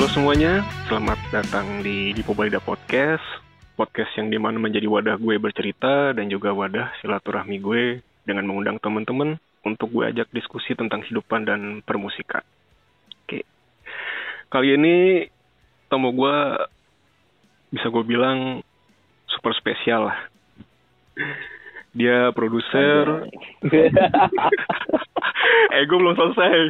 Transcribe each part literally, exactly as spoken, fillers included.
Halo semuanya, selamat datang di Dipo Balida Podcast. Podcast yang dimana menjadi wadah gue bercerita dan juga wadah silaturahmi gue dengan mengundang teman-teman untuk gue ajak diskusi tentang kehidupan dan permusikan. Oke, kali ini tamu gue bisa gue bilang super spesial lah. Dia produser. eh gue belum selesai.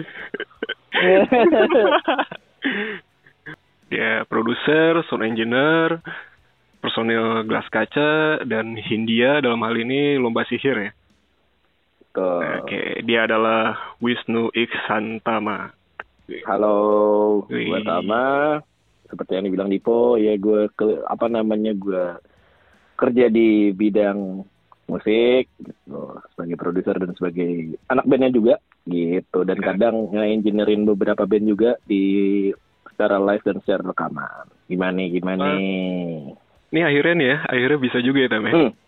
Dia produser, sound engineer, personil gelas kaca, dan Hindia dalam hal ini lomba sihir ya. Tuh. Oke, dia adalah Wisnu Iksantama. Halo, Wih. gue Tama. Seperti yang dibilang Dipo, ya gue ke, apa namanya gue kerja di bidang musik, gitu, sebagai produser dan sebagai anak bandnya juga, gitu. Dan kadang nge-engineerin beberapa band juga di secara live dan secara rekaman. Gimana gimana? Uh, ini akhirnya nih ya, akhirnya bisa juga ya Tam ya. Hmm.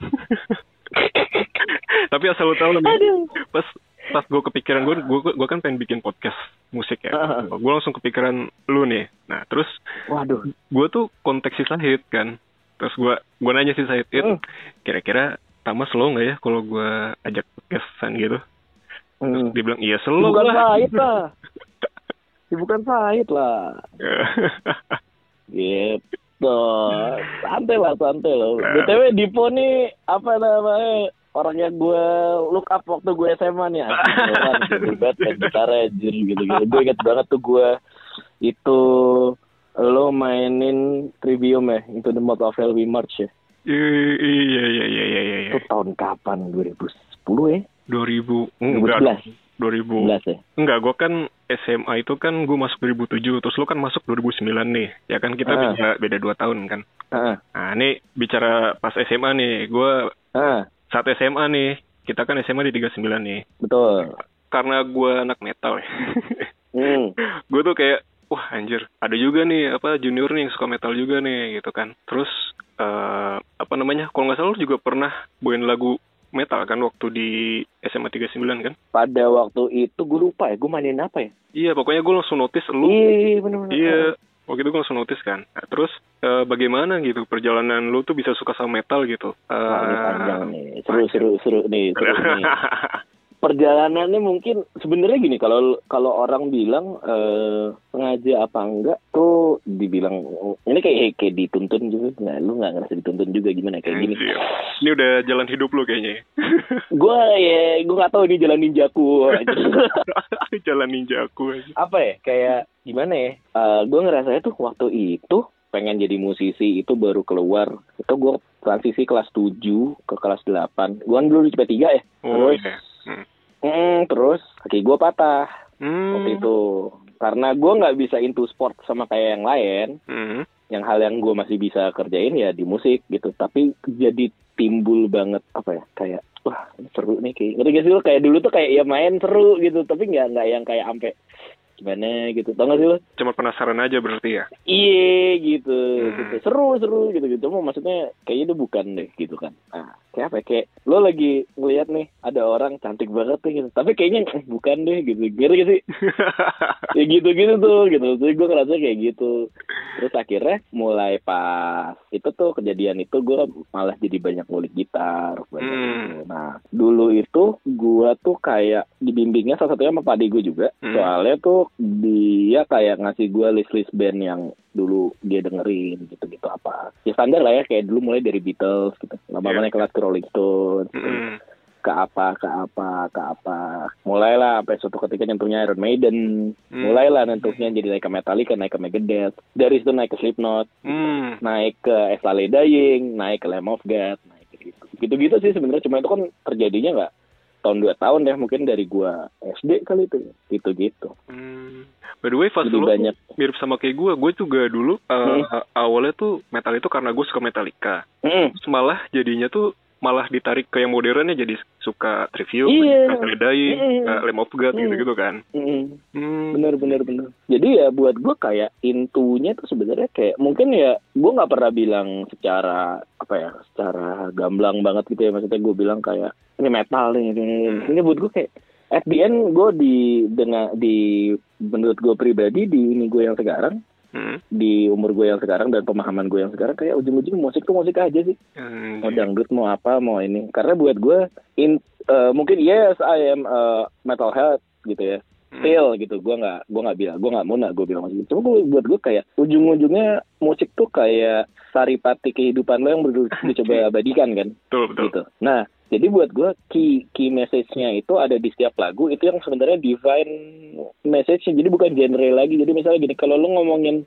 Tapi asal lo tau lah, pas pas gue kepikiran gue, gue gue kan pengen bikin podcast musik ya. Uh-huh. Gue langsung kepikiran lu nih. Nah terus, waduh, gue tuh konteks si Sahid kan. Terus gue gue nanya si Sahid, uh. kira-kira Tama slow nggak ya kalau gue ajak podcastan gitu? Terus uh. dia bilang iya slow bukan lah. Sahid lah. Bukan Sahid lah. Gitu. Santai lah, santai lah. B T W Dipo nih apa namanya? Orang yang gue look up waktu gue S M A nih. Orang gitu banget main gitar aja gitu-gitu. Gue inget banget tuh gue itu lo mainin Trivium ya, itu The Mouth of Hell We March ya. Iya iya iya iya iya. Itu tahun kapan? dua ribu sepuluh ya? dua ribu dua ribu sebelas dua ribu sebelas ya? Enggak, gue kan S M A itu kan gue masuk dua ribu tujuh, terus lo kan masuk dua ribu sembilan nih. Ya kan kita uh. beda beda dua tahun kan. Uh. Nah, ini bicara pas S M A nih, gue uh. saat S M A nih, kita kan S M A di tiga puluh sembilan nih. Betul. Karena gue anak metal ya. hmm. Gue tuh kayak, wah anjir, ada juga nih apa junior nih yang suka metal juga nih gitu kan. Terus uh, apa namanya? Kalau nggak salah lo juga pernah bawain lagu metal kan waktu di S M A tiga puluh sembilan kan? Pada waktu itu gue lupa ya, gue mainin apa ya? Iya, pokoknya gue langsung notice lu. Iya, benar-benar. Iya, waktu itu gue langsung notice kan. Nah, terus uh, bagaimana gitu perjalanan lu tuh bisa suka sama metal gitu? Uh, Wah, ini panjang nih, seru-seru seru nih, seru nih. Perjalanannya mungkin sebenarnya gini, kalau kalau orang bilang eh, sengaja apa enggak tuh dibilang ini kayak kayak dituntun juga, nggak, lu nggak ngerasa dituntun juga gimana kayak gini. Ini udah jalan hidup lu kayaknya. Gue ya gue nggak tahu ini jalan ninjaku. Jalan ninjaku aja. Apa ya kayak gimana ya? Uh, gue ngerasanya tuh waktu itu pengen jadi musisi itu baru keluar itu gue transisi kelas tujuh ke kelas delapan. Gue kan dulu di C P tiga ya. Oh, terus iya. Hmm. Hmm, terus kaki gue patah hmm. waktu itu karena gue nggak bisa into sport sama kayak yang lain. Hmm. Yang hal yang gue masih bisa kerjain ya di musik gitu, tapi jadi timbul banget apa ya kayak wah seru nih kayak ngerti gak sih lo kayak dulu tuh kayak ya main seru gitu tapi nggak nggak yang kayak ampe gimana gitu, tau gak sih lo? Cuma penasaran aja berarti ya? Iya gitu, hmm. gitu. seru seru gitu gitu, cuma maksudnya kayaknya itu bukan deh gitu kan. Nah, kayak apa? Kayak lo lagi ngeliat nih ada orang cantik banget nih gitu, tapi kayaknya eh, bukan deh gitu, gitu gak sih? Ya gitu gitu tuh gitu, terus gue ngerasa kayak gitu. Terus akhirnya mulai pas itu tuh kejadian itu gue malah jadi banyak ngulik gitar. Banyak hmm. gitu. Nah dulu itu gue tuh kayak dibimbingnya salah satunya sama padi gue juga, hmm. soalnya tuh dia kayak ngasih gue list-list band yang dulu dia dengerin gitu-gitu apa. Ya standar lah ya, kayak dulu mulai dari Beatles gitu. Lama-lama yeah. kelas ke Rolling Stones gitu. Mm. Ke apa, ke apa, ke apa. Mulailah sampai suatu ketika nyentuhnya Iron Maiden. Mm. Mulailah nyentuhnya jadi naik ke Metallica, naik ke Megadeth. Dari situ naik ke Slipknot. Mm. Naik ke Slade Dying, naik ke Lamb of God, naik ke gitu. Gitu-gitu sih sebenarnya, cuma itu kan terjadinya enggak tahun dua tahun ya, mungkin dari gua S D kali itu, gitu-gitu. Hmm. By the way, fase lu banyak mirip sama kayak gua. Gue juga dulu uh, hmm. awalnya tuh metal itu karena gue suka Metallica. Hmm. Terus malah jadinya tuh malah ditarik ke yang modernnya, jadi suka Trivium, iya. Slade Dying, mm. uh, Lamb of God mm. gitu-gitu kan. Mm. Mm. Bener bener bener. Jadi ya buat gue kayak intunya tuh sebenarnya kayak mungkin ya gue nggak pernah bilang secara apa ya, secara gamblang banget gitu ya, maksudnya gue bilang kayak ini metal nih, ini, mm. ini buat gue kayak at the end gue di dengan di menurut gue pribadi di ini gue yang sekarang Hmm. Di umur gue yang sekarang dan pemahaman gue yang sekarang kayak ujung-ujungnya musik tuh musik aja sih. Hmm. Mau dangdut mau apa mau ini. Karena buat gue in, uh, mungkin yes I am a metalhead gitu ya. Still gitu, gue nggak gue nggak bilang gue nggak muna gue bilang musik. Cuma gue, buat gue kayak ujung-ujungnya musik tuh kayak saripati kehidupan lo yang perlu dicoba abadikan kan. Betul, betul. Gitu. Nah jadi buat gue key key message-nya itu ada di setiap lagu, itu yang sebenarnya divine message-nya. Jadi bukan genre lagi. Jadi misalnya gini, kalau lu ngomongin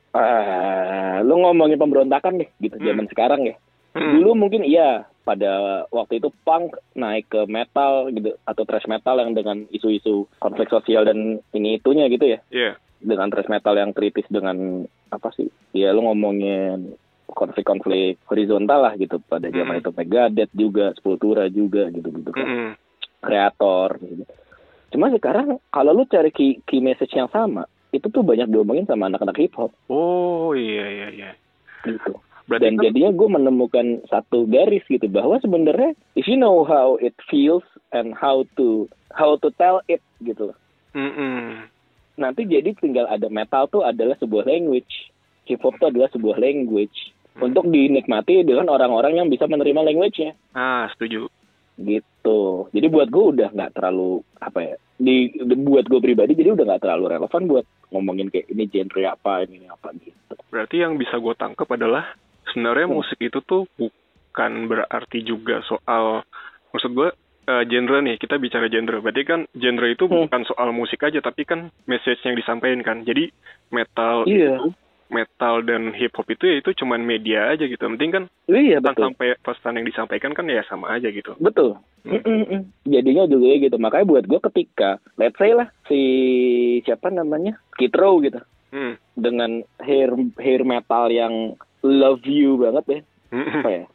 ah, lu ngomongin pemberontakan nih gitu hmm. zaman sekarang ya. Hmm. Dulu mungkin iya pada waktu itu punk naik ke metal gitu atau thrash metal yang dengan isu-isu konflik sosial dan ini itunya gitu ya. Iya. Yeah. Dengan thrash metal yang kritis dengan apa sih? Ya lu ngomongin konflik-konflik horizontal lah gitu pada zaman mm. itu Megadeth juga, Sepultura juga gitu-gitu kan. Mm. Kreator gitu. Cuma sekarang kalau lu cari key, key message yang sama, itu tuh banyak diomongin sama anak-anak hip hop. Oh iya iya iya. Gitu. Berarti dan kan jadinya gue menemukan satu garis gitu bahwa sebenarnya if you know how it feels and how to how to tell it gitu loh. Mm-mm. Nanti jadi tinggal ada metal tuh adalah sebuah language. Hip hop itu adalah sebuah language hmm. untuk dinikmati dengan orang-orang yang bisa menerima language-nya. Ah, setuju. Gitu. Jadi buat gue udah nggak terlalu apa ya? Di, di buat gue pribadi jadi udah nggak terlalu relevan buat ngomongin kayak ini genre apa ini apa gitu. Berarti yang bisa gue tangkap adalah sebenarnya hmm. musik itu tuh bukan berarti juga soal, maksud gue uh, genre nih, kita bicara genre. Berarti kan genre itu hmm. bukan soal musik aja, tapi kan message yang disampaikan kan. Jadi metal iya. itu metal dan hip hop itu ya itu cuman media aja gitu. Penting kan iya, pesan sampai pesan yang disampaikan kan ya sama aja gitu. Betul. Hmm. Jadinya juga gitu. Makanya buat gue ketika let's say lah si siapa namanya Skid Row gitu. Hmm. Dengan hair hair metal yang love you banget ya. Apa ya?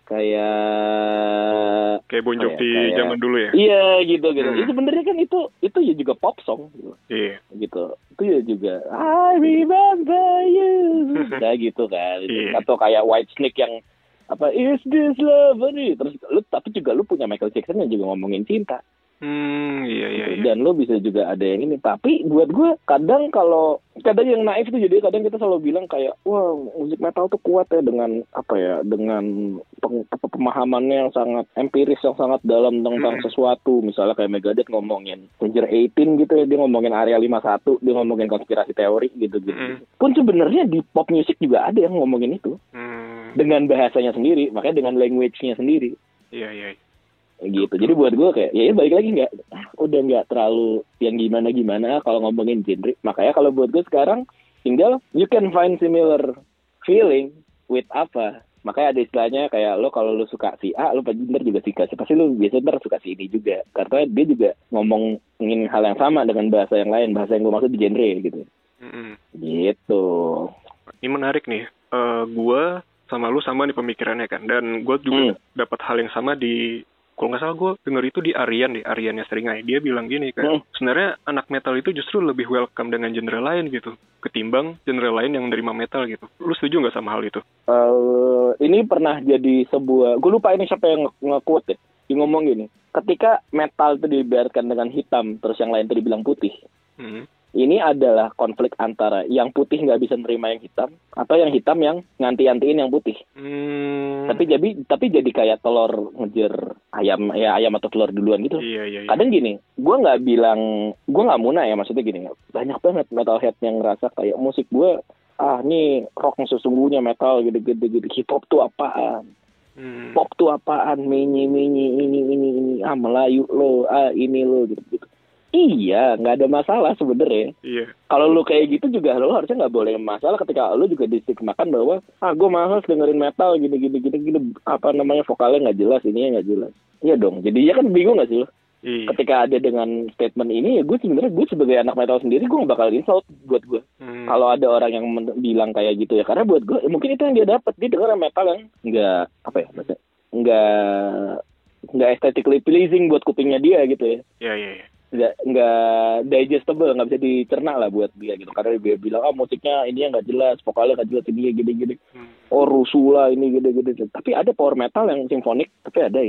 Kayak kayak Bon Jovi kayak, zaman dulu ya. Iya gitu gitu. Hmm. Itu sebenarnya kan itu itu ya juga pop song gitu. Iya. Gitu. Itu ya juga I remember you. Kayak gitu kan. Yeah. Atau kayak Whitesnake yang apa is this love nih. Terus lu tapi juga lu punya Michael Jackson yang juga ngomongin cinta. Hmm, iya iya iya. Dan lo bisa juga ada yang ini. Tapi buat gue kadang kalau kadang yang naif tuh jadi kadang kita selalu bilang kayak wah musik metal tuh kuat ya dengan apa ya dengan peng, pemahamannya yang sangat empiris yang sangat dalam tentang hmm. sesuatu. Misalnya kayak Megadeth ngomongin Danger eighteen gitu ya, dia ngomongin Area lima puluh satu, dia ngomongin konspirasi teori gitu-gitu. Hmm. Pun sebenarnya di pop music juga ada yang ngomongin itu. Hmm. Dengan bahasanya sendiri, makanya dengan language-nya sendiri. Iya iya. Gitu. Jadi buat gue kayak ya balik lagi nggak udah nggak terlalu yang gimana gimana kalau ngomongin genre. Makanya kalau buat gue sekarang tinggal you can find similar feeling with apa. Makanya ada istilahnya kayak lo kalau lo suka si A lo ntar juga suka si pasti lo biasanya ntar suka si ini juga karena dia juga ngomongin hal yang sama dengan bahasa yang lain, bahasa yang gue maksud di genre gitu. Mm-hmm. Gitu. Ini menarik nih. Uh, gue sama lu sama nih pemikirannya kan, dan gue juga hmm. dapat hal yang sama di kalau nggak salah gue denger itu di Aryan deh, Aryannya Seringai. Dia bilang gini kan, hmm. sebenarnya anak metal itu justru lebih welcome dengan genre lain gitu, ketimbang genre lain yang menerima metal gitu. Lu setuju nggak sama hal itu? Uh, ini pernah jadi sebuah, gue lupa ini siapa yang nge-quote ya, dia ngomong gini, ketika metal itu dibiarkan dengan hitam, terus yang lain itu dibilang putih, hmm. ini adalah konflik antara yang putih nggak bisa nerima yang hitam, atau yang hitam yang nganti-ngantiin yang putih. Hmm. Tapi jadi tapi jadi kayak telur ngejar ayam ya ayam atau telur duluan gitu. Iya, iya, iya. Kadang gini, gue nggak bilang gue nggak muna ya, maksudnya gini, banyak banget metalhead yang ngerasa kayak musik gue ah nih rock yang sesungguhnya metal gitu-gitu gitu. Hip hop tuh apaan? Hmm. Pop tuh apaan? Menyi menyi ini ini ini ah Melayu lo ah ini lo gitu gitu. Iya, nggak ada masalah sebenarnya. Iya. Kalau lu kayak gitu juga lu harusnya nggak boleh masalah ketika lu juga distigmakan bahwa ah gue malas dengerin metal gini gini gini gini apa namanya vokalnya nggak jelas, ininya nggak jelas. Iya dong. Jadi ya kan bingung nggak sih lu? Iya. Ketika ada dengan statement ini ya gue sebenarnya gue sebagai anak metal sendiri gue nggak bakal insult buat gue. Hmm. Kalau ada orang yang men- bilang kayak gitu ya karena buat gue ya mungkin itu yang dia dapat, dia denger metal yang nggak apa ya maksudnya nggak nggak aesthetically pleasing buat kupingnya dia gitu ya. Iya iya. iya. nggak nggak digestible, nggak bisa dicerna lah buat dia gitu karena dia bilang ah oh, musiknya ini nggak jelas, vokalnya nggak jelas, ini gini gini hmm. oh rusuh lah ini gini gini, tapi ada power metal yang simfonik tapi ada ini gitu.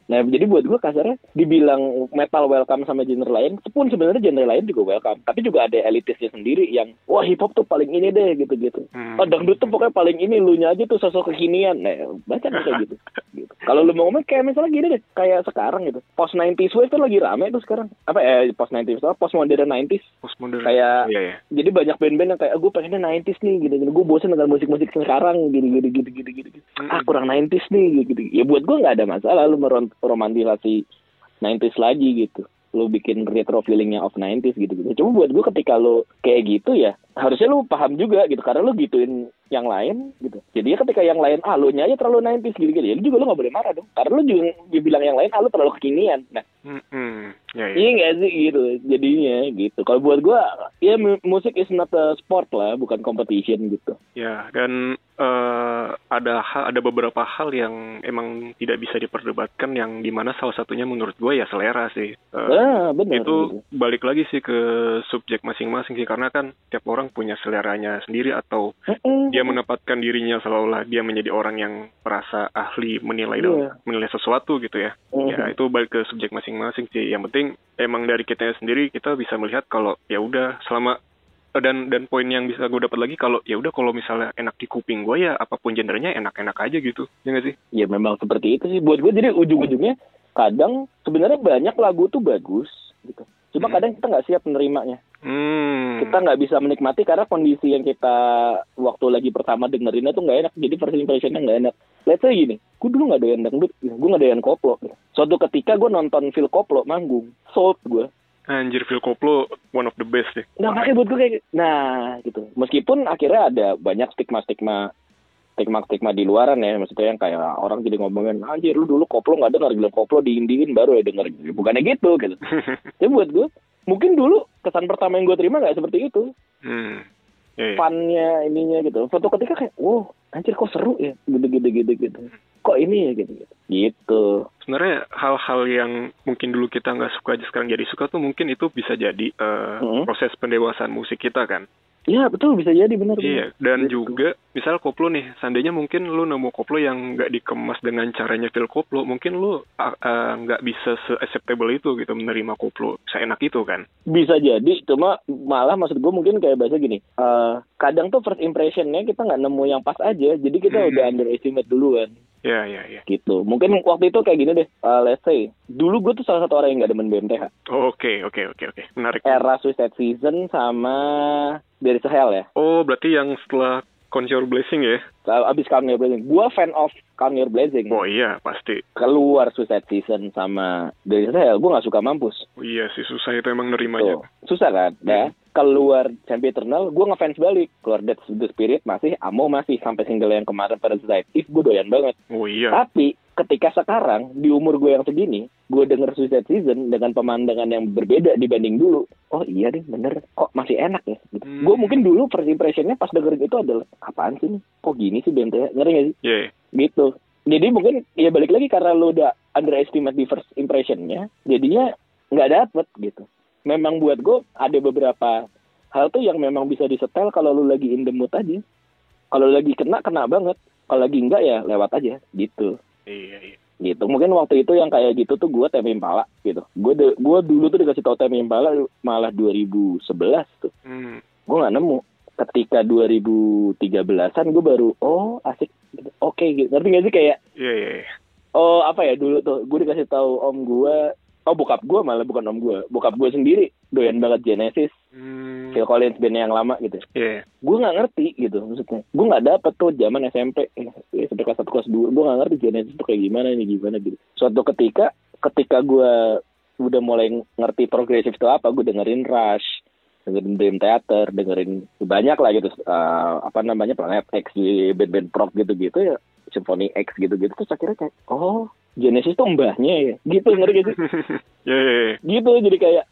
Nah, jadi buat gue kasarnya dibilang metal welcome sama genre lain, pun sebenarnya genre lain juga welcome. Tapi juga ada elitisnya sendiri yang, wah hip hop tuh paling ini deh gitu-gitu. Hmm. Oh dangdut tuh pokoknya paling ini, lu nya aja tuh sosok kekinian. Nah, baca kayak gitu. gitu. Kalau lu mau ngomong kayak misalnya gini deh, kayak sekarang gitu. Post sembilan puluh wave tuh lagi rame tuh sekarang. Apa eh post sembilan puluh, post modern sembilan puluh. Post modern. Kayak iya, iya. Jadi banyak band-band yang kayak, gue pengennya sembilan puluh nih gitu. Gue bosen dengan musik-musik sekarang gitu-gitu gitu-gitu gitu. Hmm. Ah kurang sembilan puluh nih gitu. Ya buat gue enggak ada masalah lu meromantisasi sembilan puluh lagi gitu. Lu bikin retro feelingnya of sembilan puluh gitu gitu. Cuma buat gue ketika lu kayak gitu ya, harusnya lu paham juga gitu, karena lu gituin yang lain gitu. Jadi ketika yang lain ah lu nya aja terlalu sembilan puluh gitu-gitu, ya lu juga lu nggak boleh marah dong, karena lu juga dibilang yang lain ah lu terlalu kekinian. Nah hmm. ya, ya. iya nggak sih gitu jadinya gitu. Kalau buat gue ya musik is not a sport lah, bukan competition gitu. Ya, dan uh, ada hal, ada beberapa hal yang emang tidak bisa diperdebatkan, yang dimana salah satunya menurut gue ya selera sih. Uh, ah, bener, itu gitu. Balik lagi sih ke subjek masing-masing sih, karena kan tiap orang punya seleranya sendiri, atau Mm-mm. dia menempatkan dirinya seolah-olah dia menjadi orang yang merasa ahli menilai yeah. menilai sesuatu gitu ya. Mm-hmm. Ya itu balik ke subjek masing-masing sih. Yang penting emang dari kita sendiri kita bisa melihat kalau ya udah selama dan dan poin yang bisa gue dapat lagi, kalau ya udah kalau misalnya enak di kuping gue ya apapun genrenya enak-enak aja gitu, ya nggak sih? Ya memang seperti itu sih buat gue. Jadi ujung-ujungnya kadang sebenarnya banyak lagu tuh bagus gitu, cuma hmm. kadang kita nggak siap menerimanya. Hmm. Kita nggak bisa menikmati karena kondisi yang kita waktu lagi pertama dengerinnya tuh nggak enak, jadi first impressionnya nggak enak. Let's say gini, gue dulu nggak doyan dangdut, gue nggak doyan koplo. Suatu ketika gue nonton Phil Koplo manggung, sold gue. Anjir, Phil Koplo one of the best deh. Nah makanya buat gue kayak, nah gitu. Meskipun akhirnya ada banyak stigma-stigma, stigma-stigma di luaran ya, maksudnya yang kayak orang jadi ngomongin, anjir lu dulu koplo nggak dengar, bilang koplo diindiin baru ya denger. Bukannya gitu gitu. Tapi buat gue, mungkin dulu kesan pertama yang gue terima nggak seperti itu. Hmm. Yeah, yeah. Funnya ininya gitu. Suatu ketika kayak, wow, anjir kok seru ya, gitu-gitu gitu-gitu. Kok ini ya gitu-gitu. Gitu. Sebenarnya hal-hal yang mungkin dulu kita nggak suka aja sekarang jadi suka tuh mungkin itu bisa jadi uh, hmm. proses pendewasaan musik kita kan. Iya betul, bisa jadi benar. Iya, dan gitu. Juga misal koplo nih, seandainya mungkin lu nemu koplo yang nggak dikemas dengan caranya Phil Koplo, mungkin lu nggak uh, uh, bisa se-acceptable itu gitu menerima koplo seenak itu kan. Bisa jadi, cuma malah maksud gue mungkin kayak bahasa gini, uh, kadang tuh first impressionnya kita nggak nemu yang pas aja, jadi kita hmm. udah underestimate duluan. Ya, ya, ya. Gitu. Mungkin waktu itu kayak gini deh, uh, let's say, dulu gue tuh salah satu orang yang nggak demen B M T H. Oke, oke, oke, oke. Menarik. Era Suicide Season sama Dari Sehel ya. Oh, berarti yang setelah Count Your Blessing ya? Abis Count Your Blessing. Gue fan of Count Your Blessing. Oh iya, pasti. Keluar Suicide Season sama Dari Sehel, gue gak suka mampus. Oh iya sih, susah itu emang nerimanya. Tuh. Susah kan? Hmm. Nah, keluar Champion Eternal, gue ngefans balik. Keluar Death to the Spirit masih, Amo masih, sampai single yang kemarin Parasite If gue doyan banget. Oh iya. Tapi ketika sekarang, di umur gue yang segini, gue denger Suicide Season dengan pemandangan yang berbeda dibanding dulu. Oh iya deh, bener. Kok masih enak ya? Gitu. Hmm. Gue mungkin dulu first impressionnya pas dengerin itu adalah, apaan sih nih? Kok gini sih B M T H? Ngeri gak sih? Iya. Yeah. Gitu. Jadi mungkin, ya balik lagi karena lo udah underestimate di first impressionnya, jadinya nggak dapet gitu. Memang buat gue ada beberapa hal tuh yang memang bisa disetel kalau lu lagi in the mood aja. Kalau lagi kena, kena banget. Kalau lagi enggak ya lewat aja gitu. Iya, iya. Gitu. Mungkin waktu itu yang kayak gitu tuh gue Tame Impala gitu. Gue de- gue dulu tuh dikasih tau Tame Impala malah dua ribu sebelas tuh. Hmm. Gue nggak nemu. Ketika dua ribu tiga belasan gue baru oh asik gitu. Oke gitu. Ngerti nggak sih kayak? Iya, iya, iya. Oh apa ya dulu tuh gue dikasih tahu om gue. Oh bokap gue malah bukan om gue. Bokap gue sendiri doyan banget Genesis. Hmm. Phil Collins band yang lama gitu. Iya. Yeah. Gue nggak ngerti gitu maksudnya. Gue nggak dapet tuh zaman S M P, eh, sampai kelas satu kelas dua. Gue nggak ngerti Genesis tuh kayak gimana ini gimana gitu. Suatu ketika, ketika gue udah mulai ngerti progresif itu apa, gue dengerin Rush, dengerin Dream Theater, dengerin banyak lah gitu. Uh, apa namanya Planet X, band-band prog gitu-gitu ya, Symphony X gitu-gitu. Terus akhirnya kayak, oh Genesis tuh mbahnya ya, gitu ngerti gak sih? yeah, yeah, yeah. Gitu jadi kayak.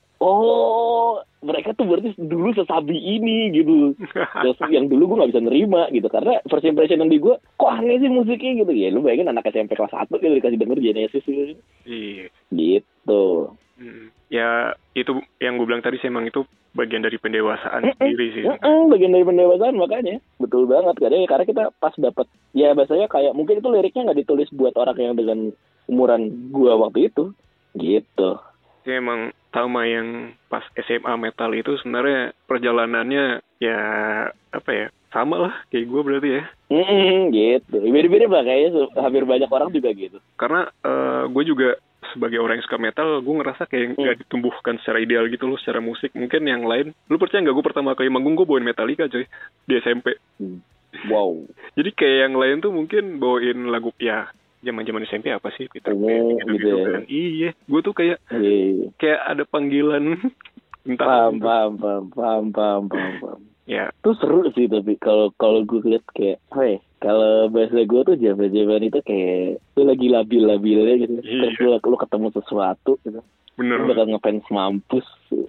Oh, mereka tuh berarti dulu sesabi ini gitu. Terus yang dulu gue gak bisa nerima gitu. Karena first impression di gue, kok aneh sih musiknya gitu. Ya lu bayangin anak S M P kelas satu gitu dikasih denger Genesis gitu. Iya. Gitu. Hmm. Ya itu yang gue bilang tadi sih emang itu bagian dari pendewasaan mm-mm, sendiri sih. Mm-mm, bagian dari pendewasaan makanya. Betul banget. Karena, karena kita pas dapet, ya bahasanya kayak mungkin itu liriknya gak ditulis buat orang yang dengan umuran gua waktu itu gitu. Ya emang Tama yang pas S M A metal itu sebenarnya perjalanannya ya apa ya, sama lah kayak gue berarti ya. Mm-mm, gitu. Mirip-mirip lah kayaknya, hampir banyak orang juga gitu. Karena uh, gue juga sebagai orang yang suka metal, gue ngerasa kayak nggak mm. ditumbuhkan secara ideal gitu loh secara musik. Mungkin yang lain, lu percaya nggak gue pertama kali manggung gue bawain Metallica coy di S M P. Wow. Jadi kayak yang lain tuh mungkin bawain lagu ya zaman-zaman S M P apa sih Peter Pan gitu, gitu ya. kan. Iya, gue tuh kayak iya. kayak ada panggilan entah paham, paham, paham, paham, paham, paham, paham. Ya. Tuh seru sih tapi kalau kalau gue lihat kayak, hey, kalau bahasa gue tuh zaman-zaman itu kayak tuh lagi labil-labilnya gitu. Iya. Terus lu, lu ketemu sesuatu gitu. Bener. Lu bakal ngefans mampus.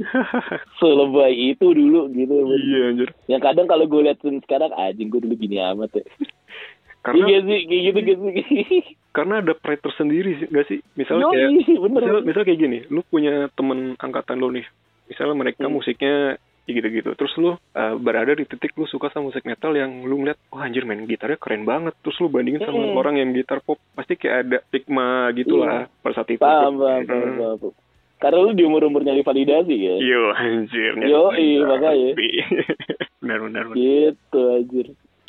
Selebay itu dulu gitu. Iya anjir. Yang kadang kalau gue lihat sekarang anjing gue dulu gini amat ya. Karena iya sih kayak gitu gitu. Karena ada pride tersendiri sih, nggak sih? Misalnya Yoi, kayak, bener. misal, misal kayak gini, lu punya temen angkatan lu nih, misalnya mereka hmm. musiknya gitu-gitu, terus lu uh, berada di titik lu suka sama musik metal yang lu ngeliat, wah anjir main gitarnya keren banget, terus lu bandingin sama hmm. orang yang gitar pop, pasti kayak ada stigma gitulah yeah. pada saat itu. Paham, paham, paham, paham. Karena lu di umur-umur nyari validasi ya. Yo anjir. Yo iya makanya. Benar-benar. Gitu anjir.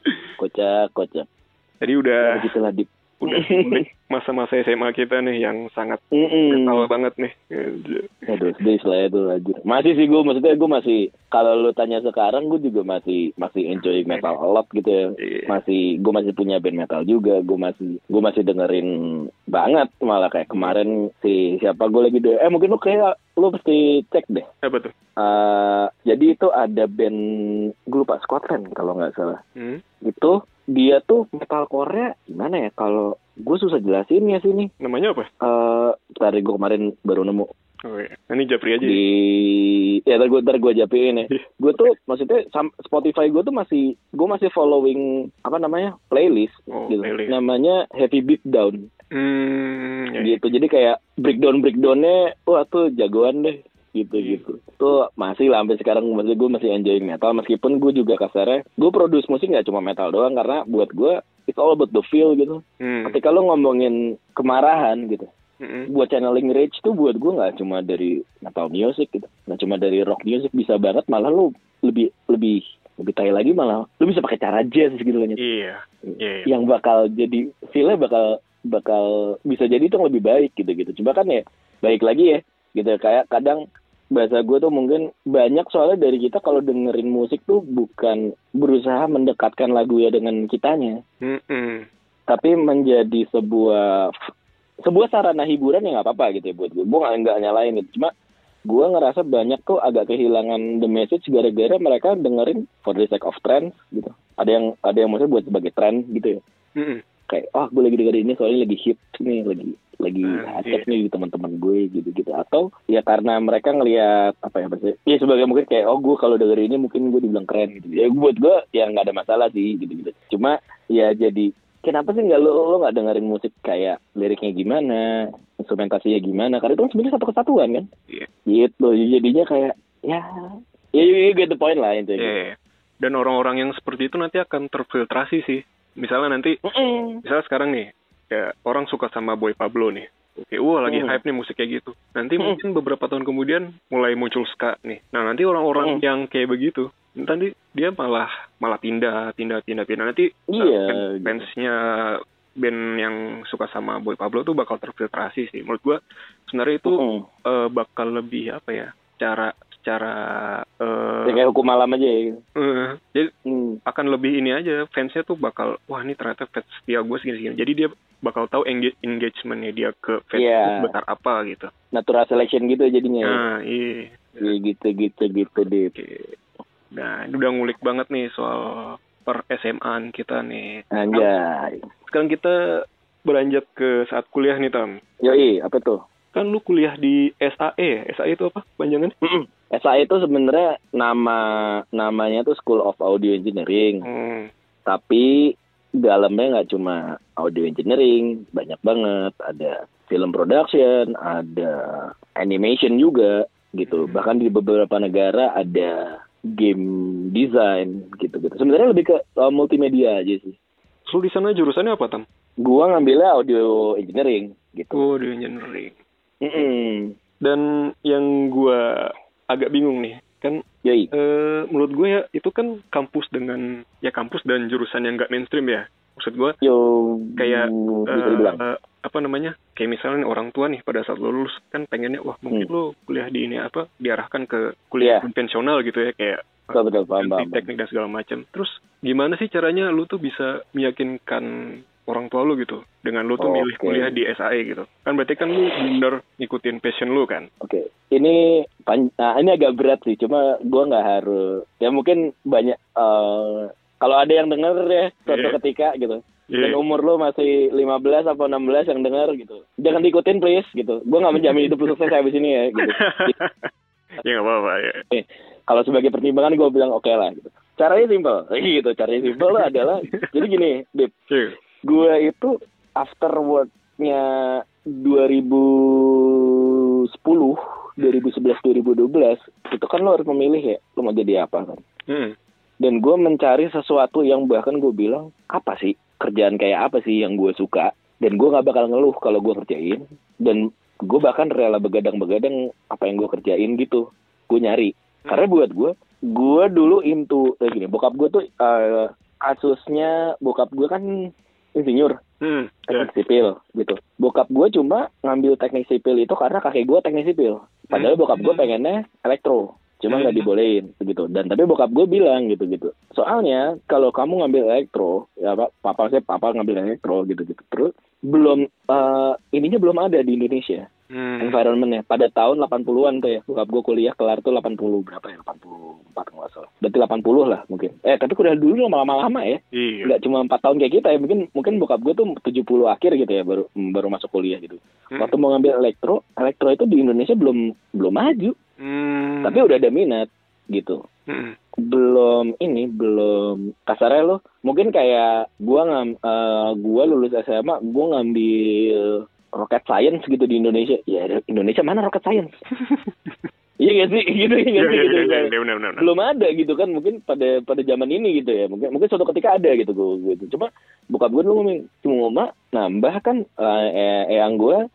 Kocak, kocak. Jadi udah ya, gitulah Dip. Udah masa-masa S M A kita nih yang sangat metal banget nih. Aduh, sedih lah itu anjir. Masih sih gue, maksudnya gue masih, kalau lu tanya sekarang gue juga masih masih enjoy metal a lot gitu ya. Yeah. Masih, gue masih punya band metal juga, gue masih gue masih dengerin banget, malah kayak kemarin si siapa gue lagi deh. Eh mungkin lu kayak lu pasti cek deh. Apa tuh? Uh, jadi itu ada band gue lupa Scotland kalau nggak salah. Hmm? Itu dia tuh metalcore-nya gimana ya, kalau gue susah jelasinnya sih nih. Namanya apa? Uh, tadi gue kemarin baru nemu. Oh iya. Ini japri aja. Di ya ntar gue ntar gue japriin ya. Gue tuh maksudnya Spotify gue tuh masih gue masih following apa namanya playlist oh, gitu. Playlist. Namanya Heavy Beatdown. Hmm, ya, gitu. Jadi kayak breakdown breakdownnya, wah tuh jagoan deh. gitu hmm. gitu tuh masih lah sampai sekarang, maksudnya gue masih enjoying metal meskipun gue juga kasarnya gue produce musik nggak cuma metal doang, karena buat gue it's all about the feel gitu. hmm. Ketika lo ngomongin kemarahan gitu, hmm. buat channeling rage tuh buat gue nggak cuma dari metal music gitu, nggak cuma dari rock music, bisa banget malah lo lebih lebih lebih tai lagi, malah lo bisa pakai cara jazz gitu loh. Iya. Yeah. Yang bakal jadi feel-nya bakal bakal bisa jadi itu lebih baik gitu gitu. Coba kan ya baik lagi ya gitu, kayak kadang bahasa gue tuh mungkin banyak soalnya dari kita kalau dengerin musik tuh bukan berusaha mendekatkan lagu ya dengan kitanya, mm-mm. tapi menjadi sebuah sebuah sarana hiburan yang nggak apa-apa gitu ya buat gue. Gue nggak nggak nyalain gitu, cuma gue ngerasa banyak tuh agak kehilangan the message gara-gara mereka dengerin for the sake of trend gitu. Ada yang ada yang maksudnya buat sebagai trend gitu ya. Mm-mm. Kayak oh gue lagi dengerin ini soalnya lagi hit nih, lagi lagi hacek nih di teman-teman gue gitu-gitu, atau ya karena mereka ngelihat apa ya maksudnya ya sebagai mungkin kayak oh gue kalau dengerin ini mungkin gue dibilang keren gitu ya. Buat gue ya nggak ada masalah sih gitu-gitu, cuma ya jadi kenapa sih nggak lo lo nggak dengerin musik kayak liriknya gimana, instrumentasinya gimana, karena itu kan sebenarnya satu kesatuan kan. Yeah. Gitu jadinya kayak ya ya you get the point lah intinya. Yeah, yeah. Dan orang-orang yang seperti itu nanti akan terfiltrasi sih. Misalnya nanti Mm-mm. misalnya sekarang nih ya orang suka sama Boy Pablo nih. Oke, wah lagi mm. hype nih musik kayak gitu. Nanti mm. mungkin beberapa tahun kemudian mulai muncul ska nih. Nah, nanti orang-orang mm. yang kayak begitu, nanti dia malah malah pindah, pindah, pindah, pindah. Nanti yeah. uh, fansnya band yang suka sama Boy Pablo tuh bakal terfiltrasi sih. Menurut gua sebenarnya itu mm. uh, bakal lebih apa ya? Cara secara uh, ya kayak hukum malam aja ya. Uh, jadi hmm. akan lebih ini aja, fansnya tuh bakal wah ini ternyata fans setia gue segini-segini. Jadi dia bakal tahu engage, engagementnya dia ke fans yeah. itu sebesar apa gitu. Natural selection gitu jadinya. Nah iya. Iya gitu gitu gitu deh. Okay. Nah ini udah ngulik banget nih soal per S M A-an kita nih. Anjay. Sekarang kita beranjak ke saat kuliah nih Tam. Yoi, apa tuh? Kan lu kuliah di S A E. S A E itu apa panjangannya? Mm-mm. S A E itu sebenarnya nama namanya tuh School of Audio Engineering. Hmm. Tapi dalamnya nggak cuma audio engineering, banyak banget. Ada film production, ada animation juga gitu. Hmm. Bahkan di beberapa negara ada game design gitu-gitu. Sebenarnya lebih ke uh, multimedia aja sih. Lu di sana jurusannya apa, Tam? Gua ngambilnya audio engineering. gitu. Audio engineering. Mm-mm. Dan yang gue agak bingung nih, kan Yoi. eh, menurut gue ya itu kan kampus dengan ya kampus dan jurusan yang nggak mainstream ya. Maksud gue Yo, kayak bisa dibilang. eh, apa namanya, kayak misalnya orang tua nih pada saat lulus kan pengennya wah mungkin Hmm. lo kuliah di ini apa diarahkan ke kuliah Yeah. konvensional gitu ya, kayak Betul, betul, paham, ganti paham. teknik dan segala macam. Terus gimana sih caranya lu tuh bisa meyakinkan orang tua lu gitu dengan lu tuh Oke. milih kuliah di S A E gitu? Kan berarti kan lu bener ngikutin passion lu kan? Oke, ini pan- nah, ini agak berat sih, cuma gue nggak harus. Ya mungkin banyak. Uh, kalau ada yang denger ya suatu Yeah. ketika gitu, Yeah. dan umur lo masih lima belas atau enam belas yang denger gitu, jangan diikutin please gitu. Gue nggak menjamin hidup lu sukses habis ini ya gitu. Ya nggak apa-apa ya. Eh, kalau sebagai pertimbangan gue bilang oke okay lah gitu. Caranya simpel, gitu. Caranya simpel adalah jadi gini, Dip. Yeah. Gue itu afterward-nya dua ribu sepuluh, dua ribu sebelas, dua ribu dua belas itu kan lo harus memilih ya, lo mau jadi apa kan. Hmm. Dan gue mencari sesuatu yang bahkan gue bilang, apa sih kerjaan kayak apa sih yang gue suka, dan gue gak bakal ngeluh kalau gue kerjain, dan gue bahkan rela begadang-begadang apa yang gue kerjain gitu, gue nyari. Karena buat gue, gue dulu into, kayak gini, bokap gue tuh uh, kasusnya, bokap gue kan insinyur, Hmm. teknik sipil gitu. Bokap gue cuma ngambil teknik sipil itu karena kakek gue teknik sipil. Padahal bokap gue pengennya elektro, cuma nggak dibolehin gitu. Dan tapi bokap gue bilang gitu gitu. Soalnya kalau kamu ngambil elektro, ya pak, papa saya papa ngambil elektro gitu gitu. Terus belum uh, ininya belum ada di Indonesia. Hmm. Environment-nya pada tahun delapan puluhan tuh ya. Bokap gue kuliah kelar tuh delapan puluh berapa ya? delapan puluh empat nggak salah. Berarti delapan puluh lah mungkin. Eh tapi kuliah dulu lama-lama ya. Iya. Nggak cuma empat tahun kayak kita ya. Mungkin mungkin bokap gue tuh tujuh puluh akhir gitu ya baru baru masuk kuliah gitu. Hmm. Waktu mau ngambil elektro, elektro itu di Indonesia belum belum maju. Hmm. Tapi udah ada minat gitu. Hmm. Belum ini belum kasarnya lo. Mungkin kayak gue ngam uh, gue lulus S M A, gue ngambil rocket science gitu di Indonesia. Ya Indonesia mana rocket science? Iya gak sih? Gitu, gitu, ya, gitu, ya, gitu. ya, ya, benar, benar. Belum ada gitu kan, mungkin pada pada zaman ini gitu ya. Mungkin mungkin suatu ketika ada gitu gue gitu. Cuma bokap gue dulu ngomong, cuma nambah kan uh, eyang gue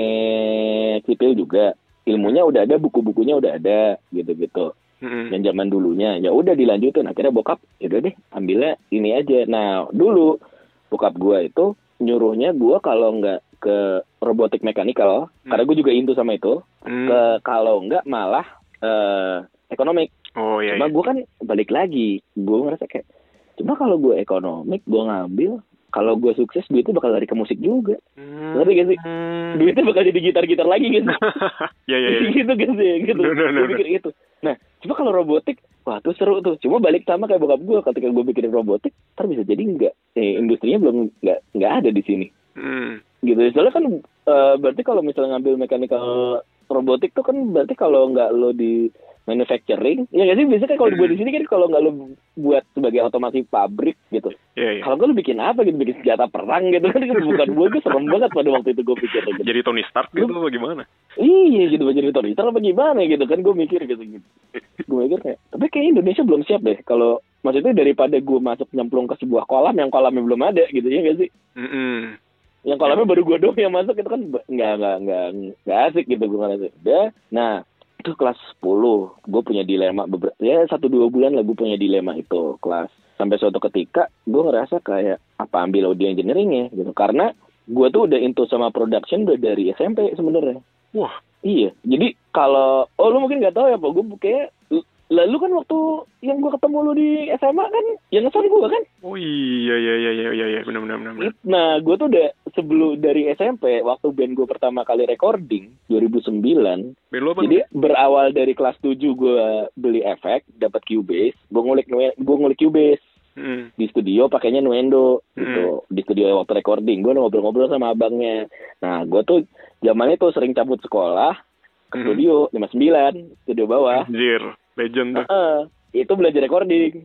teknik sipil juga. Ilmunya udah ada, buku-bukunya udah ada gitu-gitu. Mm-hmm. Yang zaman dulunya ya udah dilanjutin. Akhirnya bokap ya udah deh ambilnya ini aja. Nah, dulu bokap gue itu nyuruhnya gue kalau nggak ke robotik mekanikal, hmm. karena gue juga into sama itu, hmm. ke kalau nggak malah uh, ekonomik. Oh iya. Cuma iya. Gue kan balik lagi, gue ngerasa kayak, cuma kalau gue ekonomik, gue ngambil, kalau gue sukses duitnya bakal lari ke musik juga. Hmm. Ngerti gak sih? Hmm. Duitnya bakal jadi gitar-gitar lagi gitu. Iya iya. Gitu gitu gitu. No, no, no, gue pikir no. Gitu. Nah, cuma kalau robotik, wah tuh seru tuh. Cuma balik sama kayak bokap gue, ketika gue bikin robotik, ntar bisa jadi enggak. Eh, industrinya belum nggak nggak ada di sini. Hmm. Gitu. Soalnya kan uh, berarti kalau misalnya ngambil mechanical robotik tuh kan berarti kalau nggak lo di manufacturing, ya nggak sih biasanya kan kalau dibuat di sini kan kalau nggak lo buat sebagai otomasi pabrik gitu. Yeah, yeah. Kalau gue lo bikin apa gitu, bikin senjata perang gitu kan, bukan gue gue serem banget pada waktu itu gue pikir. Gitu. Jadi Tony Stark gitu apa gimana? Iya gitu, jadi Tony Stark apa gimana gitu kan gue mikir gitu gitu. Gue mikir kayak, tapi kayak Indonesia belum siap deh kalau maksudnya daripada gue masuk nyemplung ke sebuah kolam yang kolamnya belum ada gitu ya nggak sih? Mm-hmm. Yang kolamnya baru gue doang yang masuk itu kan nggak nggak nggak nggak asik gitu gue ngerasa. Udah, nah itu kelas sepuluh gue punya dilema beberapa ya satu dua bulan lah gue punya dilema itu kelas sampai suatu ketika gue ngerasa kayak apa ambil audio engineering-nya gitu karena gue tuh udah into sama production udah dari S M P sebenarnya. Wah iya jadi kalau oh lu mungkin nggak tahu ya pak gue kayak lalu kan waktu yang gue ketemu lu di S M A kan yang ngesan gue kan. Oh iya iya iya iya iya benar benar benar. Nah gue tuh udah sebelum dari S M P waktu band gue pertama kali recording dua ribu sembilan. Jadi berawal dari kelas tujuh gue beli efek dapat Cubase, gue ngulik gue ngulik Cubase. Hmm. Di studio pakainya Nuendo gitu. Hmm. Di studio waktu recording gue ngobrol-ngobrol sama abangnya. Nah gue tuh zamannya tuh sering cabut sekolah ke hmm. studio lima puluh sembilan studio bawah. Anjir. Legend tuh. Uh, itu belajar recording.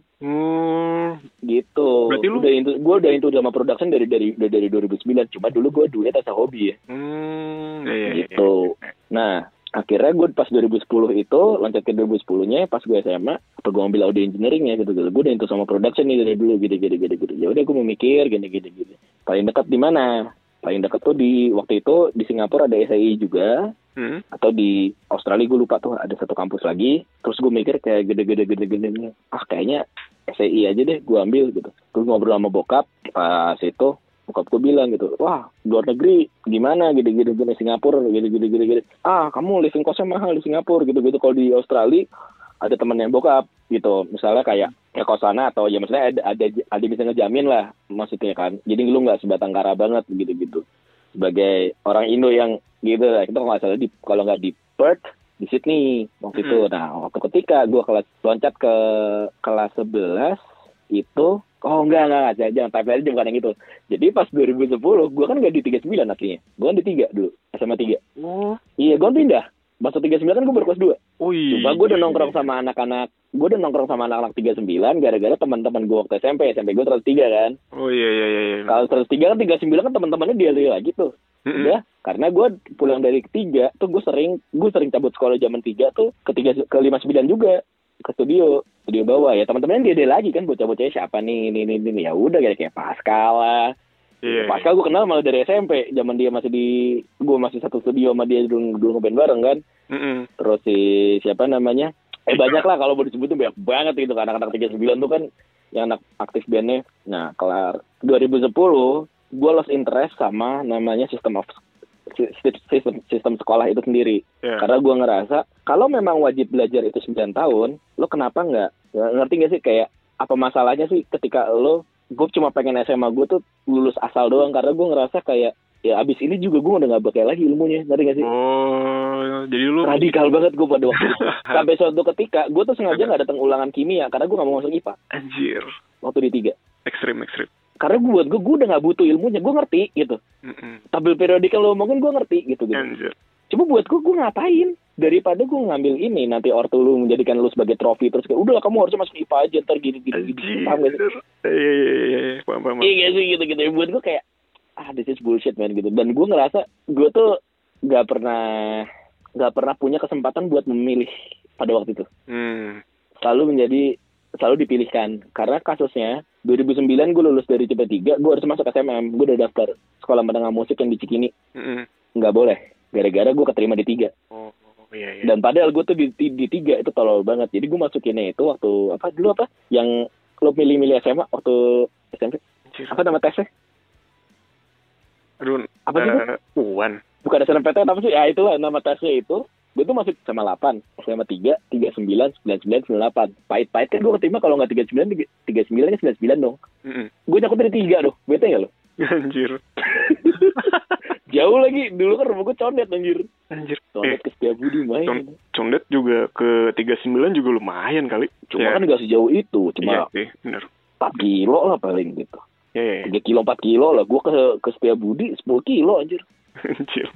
Hmm. Gitu. Berarti lu udah into, gue udah into sama production dari dari dari dua ribu sembilan. Cuma dulu gue duitnya tas hobi ya. Hmm. Iya, gitu. Iya, iya. Nah, akhirnya gue pas dua ribu sepuluh itu loncat ke dua ribu sepuluh-nya pas gue S M A, apa gue ambil audio engineering ya gitu gitu. Gue udah into sama production nih dari dulu gitu gitu gitu gitu. Ya udah gue mau mikir gini gini gini. Paling dekat di mana? Paling deket tuh di waktu itu di Singapura ada S I I juga. Hmm? Atau di Australia gue lupa tuh ada satu kampus lagi. Terus gue mikir kayak gede-gede gede-gede ah kayaknya S I I aja deh gue ambil gitu. Gue ngobrol sama bokap pas itu, bokap gue bilang gitu, wah luar negeri gimana gede-gede gede Singapura gede-gede gede-gede. Ah kamu living costnya mahal di Singapura gitu-gitu. Kalau di Australia ada temen yang bokap gitu, misalnya kayak ya kosana atau ya misalnya ada ada ada bisa ngejamin lah maksudnya kan. Jadi lu nggak sebatang kara banget gitu-gitu. Sebagai orang Indo yang gitu lah, kita kalau nggak salah di kalau nggak di Perth di Sydney waktu mm-hmm. itu. Nah waktu ketika gue kelas loncat ke kelas sebelas itu, oh enggak enggak, enggak jangan type aja bukan yang itu. Jadi pas dua ribu sepuluh gue kan nggak di tiga puluh sembilan akhirnya, gue kan di tiga dulu S M A tiga. Oh. Iya gue pindah. Masuk tiga puluh sembilan kan gue baru kelas dua. Oh iya. Cuma gue udah nongkrong sama anak-anak, gue udah nongkrong sama anak-anak tiga puluh sembilan gara-gara teman-teman gue waktu S M P, S M P gue seratus tiga kan. Oh iya iya iya. Kalau seratus tiga kan tiga puluh sembilan kan teman-temannya dia lagi tuh. Mm-hmm. Udah, karena gue pulang dari ketiga tuh gue sering gue sering cabut sekolah zaman tiga tuh ketiga ke lima sembilan juga ke studio studio bawah ya teman-temannya dia dia lagi kan bocah-bocahnya siapa nih ini ini ini ya udah kayak kayak Pascal lah. Yeah, Pascal gue kenal malah dari S M P, zaman dia masih di, gue masih satu studio sama dia dulu dulu ngeband bareng kan. Mm-hmm. Terus si siapa namanya? Eh banyak lah kalau mau disebut tuh banyak banget gitu kan anak-anak tiga puluh sembilan tuh kan yang anak aktif bandnya. Nah kelar dua ribu sepuluh gue lost interest sama namanya sistem of sistem sistem sekolah itu sendiri. Yeah. Karena gue ngerasa kalau memang wajib belajar itu sembilan tahun, lo kenapa nggak? Ngerti nggak sih kayak apa masalahnya sih ketika lo gue cuma pengen S M A gue tuh lulus asal doang karena gue ngerasa kayak ya abis ini juga gue udah nggak bakal lagi ilmunya, ngerti nggak sih? Oh, jadi lu radikal banget gue pada waktu itu. Sampai suatu ketika gue tuh sengaja nggak datang ulangan kimia karena gue nggak mau masuk I P A. Anjir. Waktu di tiga. Ekstrim ekstrim. Karena gue buat gue gue udah nggak butuh ilmunya, gue ngerti gitu. Mm-mm. Tabel periodik kalau ngomongin gue ngerti gitu gitu. Anjir. Cuma buat gue gue ngapain? Daripada gue ngambil ini nanti ortu lu menjadikan lu sebagai trofi terus kayak udahlah kamu harusnya masuk I P A aja ntar gini gini gini. Paham gak sih? Iya iya iya iya. Paham paham. Iya sih gitu gitu. Buat gue kayak ah this is bullshit man gitu. Dan gue ngerasa gue tuh nggak pernah nggak pernah punya kesempatan buat memilih pada waktu itu. Hmm. Selalu menjadi selalu dipilihkan karena kasusnya dua ribu sembilan gue lulus dari C P tiga, gue harus masuk S M M, gue udah daftar sekolah menengah musik yang di Cikini. Mm-hmm. Nggak boleh gara-gara gue keterima di tiga. Oh, oh iya, iya. Dan padahal gue tuh di, di, di tiga itu tolol banget. Jadi gue masukinnya itu waktu apa dulu apa yang lo milih-milih S M A waktu S M P. Apa nama tesnya? Aduh, apa sih uh, itu? Uwan. Bukan S N M P T N apa sih? Ya itulah nama tesnya itu. Gue tuh masuk sama delapan, S M A tiga, tiga puluh sembilan, sembilan puluh sembilan, sembilan puluh delapan. Pahit-pahit kan gue keterima kalau nggak tiga puluh sembilan, tiga puluh sembilan kan sembilan puluh sembilan dong. Mm-hmm. Gue nyakut dari tiga dong, bete nggak lo? Anjir. Jauh lagi, dulu kan rumah gue condet anjir. Anjir. Condet eh, ke Setiabudi main. Con- condet juga ke tiga puluh sembilan juga lumayan kali. Cuma ya. Kan nggak sejauh itu, cuma iya, bener. empat kilo lah paling gitu. Ya, ya, ya. tiga kilo, empat kilo lah. Gue ke ke Setiabudi sepuluh kilo anjir. Anjir.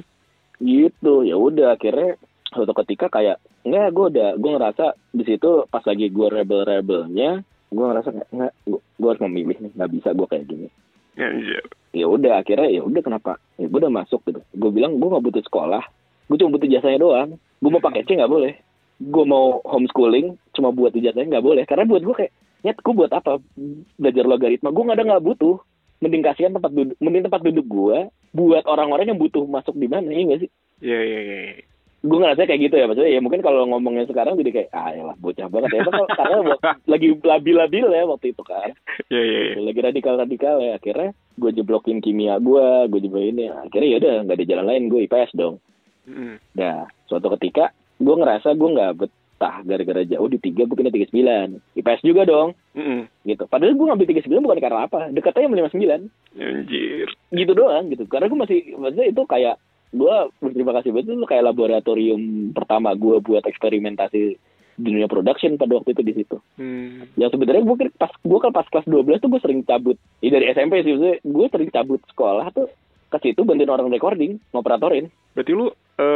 Gitu, ya udah akhirnya suatu ketika kayak enggak gue udah gue ngerasa di situ pas lagi gue rebel-rebelnya gue ngerasa enggak gue, gue harus memilih nih nggak bisa gue kayak gini. Anjir. Ya udah akhirnya ya udah kenapa ya gue udah masuk gitu gue bilang gue nggak butuh sekolah gue cuma butuh jasanya doang gue mau pakai C nggak boleh gue mau homeschooling cuma buat ijazahnya nggak boleh karena buat gue kayak nyet gue buat apa belajar logaritma gue nggak ada nggak butuh mending kasihan tempat duduk mending tempat duduk gue buat orang-orang yang butuh masuk di mana ya nggak sih? Iya iya iya. Gue ngerasa kayak gitu ya maksudnya ya mungkin kalau ngomongnya sekarang jadi kayak ah ya lah bocah banget ya kan karena lagi labil-labil ya waktu itu kan. Iya iya. Yeah. Lagi radikal-radikal ya akhirnya gue jeblokin kimia gue gue jeblokin ya akhirnya ya udah nggak ada jalan lain gue I P S dong. Mm. Nah suatu ketika gue ngerasa gue nggak betah gara-gara jauh di tiga gue pindah tiga puluh sembilan I P S juga dong. Mm-mm. Gitu padahal gue ngambil tiga puluh sembilan bukan karena apa dekatnya lima puluh sembilan. Anjir. Gitu doang gitu karena gue masih maksudnya itu kayak gue berterima kasih banget itu kayak laboratorium pertama gue buat eksperimentasi di dunia production pada waktu itu di situ. Hmm. Yang sebenarnya gue pas gue kan pas kelas dua belas tuh gue sering cabut. Ya dari S M P sih maksudnya gue sering cabut sekolah tuh ke situ bantuin orang recording, ngoperatorin. Berarti lu uh,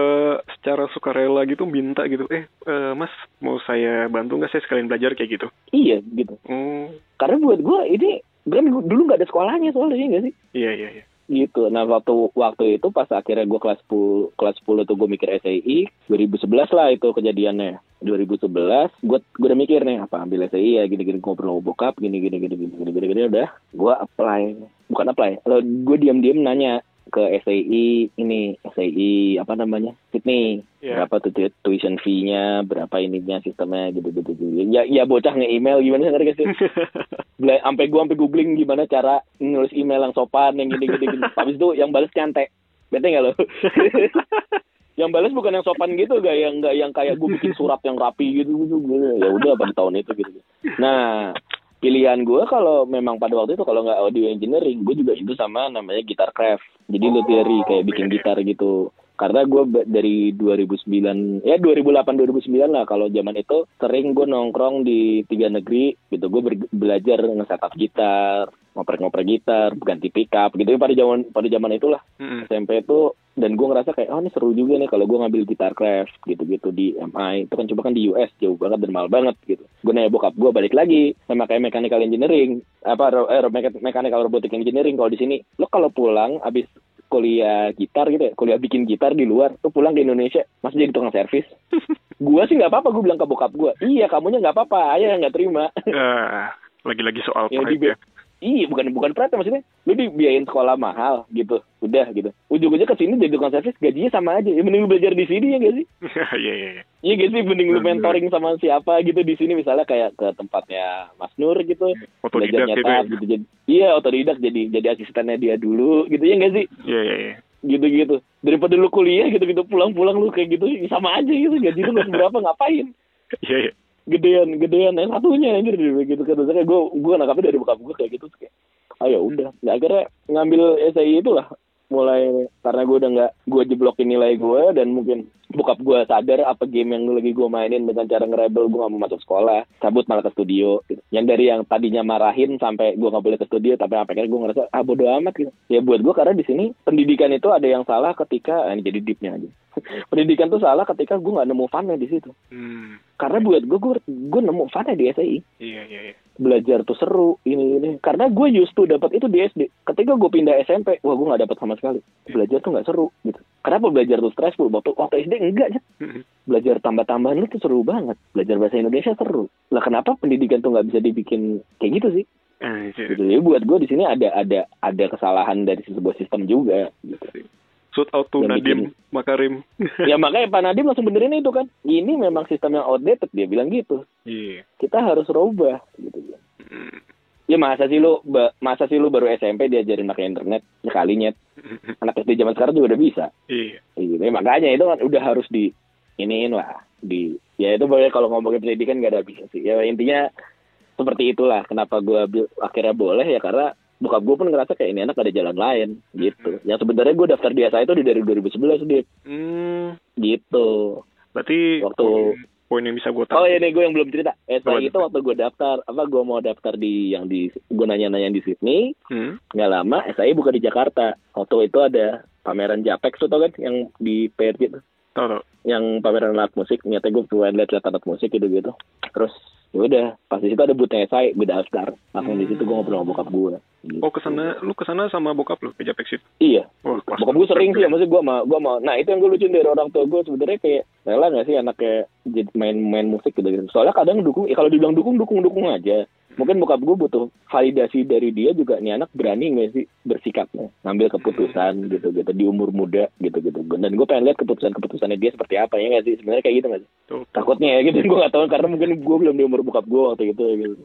secara sukarela gitu minta gitu, eh uh, mas mau saya bantu nggak saya sekalian belajar kayak gitu? Iya gitu. Hmm. Karena buat gue ini kan dulu nggak ada sekolahnya soalnya nggak sih? Iya iya iya. Gitu. Nah waktu waktu itu pas akhirnya gue kelas sepuluh kelas sepuluh tuh gue mikir S I I dua ribu sebelas lah itu kejadiannya. dua ribu sebelas gue gue udah mikir nih apa ambil S I I ya gini-gini ngobrol sama bokap gini-gini gini-gini gini-gini udah gue apply bukan apply. Lalu gue diam-diam nanya ke S A I ini S A I apa namanya Sydney yeah. Berapa tuh tuition fee-nya, berapa ininya sistemnya gitu-gitu. Ya ya bocah nge-email gimana ngerti gak sih? Sampai gua sampai googling gimana cara nulis email yang sopan yang gini-gini gitu. Habis itu yang balas nyantek. Bete enggak lo? Yang balas bukan yang sopan gitu, gak yang gak yang kayak gue bikin surat yang rapi gitu gitu. Ya udah pada tahun itu gitu. Nah, pilihan gue kalau memang pada waktu itu kalau nggak audio engineering, gue juga itu sama namanya guitar craft. Jadi lu teori kayak bikin gitar gitu. Karena gue dari dua ribu sembilan, ya dua ribu delapan dua ribu sembilan lah kalau zaman itu sering gue nongkrong di tiga negeri gitu. Gue ber- belajar nge-setup gitar, ngoprek-ngoprek gitar, ganti pickup gitu. Pada zaman pada zaman itulah mm-hmm. S M P itu. Dan gue ngerasa kayak, oh ini seru juga nih kalau gue ngambil gitar craft gitu-gitu di M I. Itu kan coba kan di U S jauh banget dan mahal banget gitu. Gue nanya bokap gue balik lagi sama kayak mechanical engineering, apa eh, mechanical robotic engineering. Kalau di sini, lo kalau pulang abis kuliah gitar gitu ya, kuliah bikin gitar di luar, lo pulang ke Indonesia masih jadi tukang servis. Gue sih nggak apa-apa, gue bilang ke bokap gue, iya kamunya nggak apa-apa, ayah yang nggak terima. Uh, lagi-lagi soal ya, pride ya. Iya, bukan bukan pride maksudnya. Lu dibiayain sekolah mahal gitu. Udah gitu. Ujung-ujungnya ke sini jadi tukang servis gajinya sama aja. Ya mending lu belajar di sini ya enggak sih? Iya, iya, iya. Iya enggak sih, mending lu mentoring sama siapa gitu di sini misalnya kayak ke tempatnya Mas Nur gitu. Belajar nyetak gitu. Jadi iya, otodidak jadi jadi asistennya dia dulu gitu ya enggak sih? Iya, iya, iya. Gitu-gitu. Daripada lu kuliah gitu-gitu pulang-pulang lu kayak gitu sama aja gitu. Gaji lu enggak seberapa ngapain? Iya, iya. Gedean gedean yang satunya anjir gitu kan. Terus gue gue nangkapnya dari bokap gue kayak gitu kayak ah ya udah. Nah, akhirnya ngambil S I I itulah mulai karena gue udah nggak gue jeblokin nilai gue dan mungkin bokap gue sadar apa game yang lagi gue mainin dengan cara ngerebel, gue nggak mau masuk sekolah, cabut malah ke studio gitu. Yang dari yang tadinya marahin sampai gue nggak boleh ke studio, tapi akhirnya gue ngerasa ah bodo amat gitu. Ya buat gue karena di sini pendidikan itu ada yang salah ketika ah, ini jadi deepnya aja. Pendidikan tuh salah ketika gue nggak nemu funnya di situ. Hmm. Karena buat gue gue gue nemu funnya di S I I. Iya iya iya. Belajar tuh seru ini ini. Karena gue used to dapat itu di S D. Ketika gue pindah S M P, wah gue nggak dapat sama sekali. Belajar tuh nggak seru gitu. Kenapa belajar tuh stressful? Waktu waktu S D enggak ya. Belajar tambah-tambahan lu tuh seru banget. Belajar bahasa Indonesia seru. Lah kenapa pendidikan tuh nggak bisa dibikin kayak gitu sih? Gitu. Jadi buat gue di sini ada ada ada kesalahan dari sebuah sistem juga. Gitu. Shout out to Nadiem Makarim. Ya makanya Pak Nadiem langsung benerin itu kan. Ini memang sistem yang outdated, dia bilang gitu. Iya. Yeah. Kita harus rubah gitu. Mm. Ya masa sih lu masa sih lu baru S M P diajarin pakai internet sekalinya. Anak S D zaman sekarang juga udah bisa. Iya. Gitu. Ya, makanya itu kan udah harus di iniin lah, di ya itu boleh kalau ngomongin pendidikan enggak ada habisnya sih. Ya intinya seperti itulah kenapa gua akhirnya boleh ya karena bokap gue pun ngerasa kayak ini anak ada jalan lain gitu. Yang sebenarnya gue daftar di S A I itu dari dua ribu sebelas dia. Hmm. Gitu. Berarti waktu poin yang bisa gue tahu. Oh ini gue yang belum cerita. S A I itu waktu gue daftar apa gue mau daftar di yang di gue nanya-nanya di Sydney. Hmm. Nggak lama S A I buka di Jakarta. Waktu itu ada pameran Japex tuh tau kan yang di P R J tuh. Tahu tahu. Yang pameran alat musik. Nyata gue pengen lihat-lihat alat musik gitu-gitu. Terus ya udah pas di situ ada boothnya S A I gue daftar. Langsung hmm. di situ gue ngobrol sama bokap gue. Gitu. Oh kesana, lu kesana sama bokap lu ke Japex itu? Iya. Oh, bokap gue sering sih, ya maksudnya gue mau, gue mau. Nah itu yang gue lucuin dari orang tua gue sebenarnya kayak rela nggak sih anak kayak main-main musik gitu. Soalnya kadang dukung, ya kalau dibilang dukung, dukung dukung aja. Mungkin bokap gue butuh validasi dari dia juga nih anak berani nggak sih bersikapnya, ngambil keputusan gitu-gitu di umur muda gitu-gitu. Dan gue pengen lihat keputusan-keputusannya dia seperti apa ya nggak sih? Sebenarnya kayak gitu nggak sih? Tuh. Takutnya ya gitu, gue nggak tahu karena mungkin gue belum di umur bokap gue waktu itu gitu.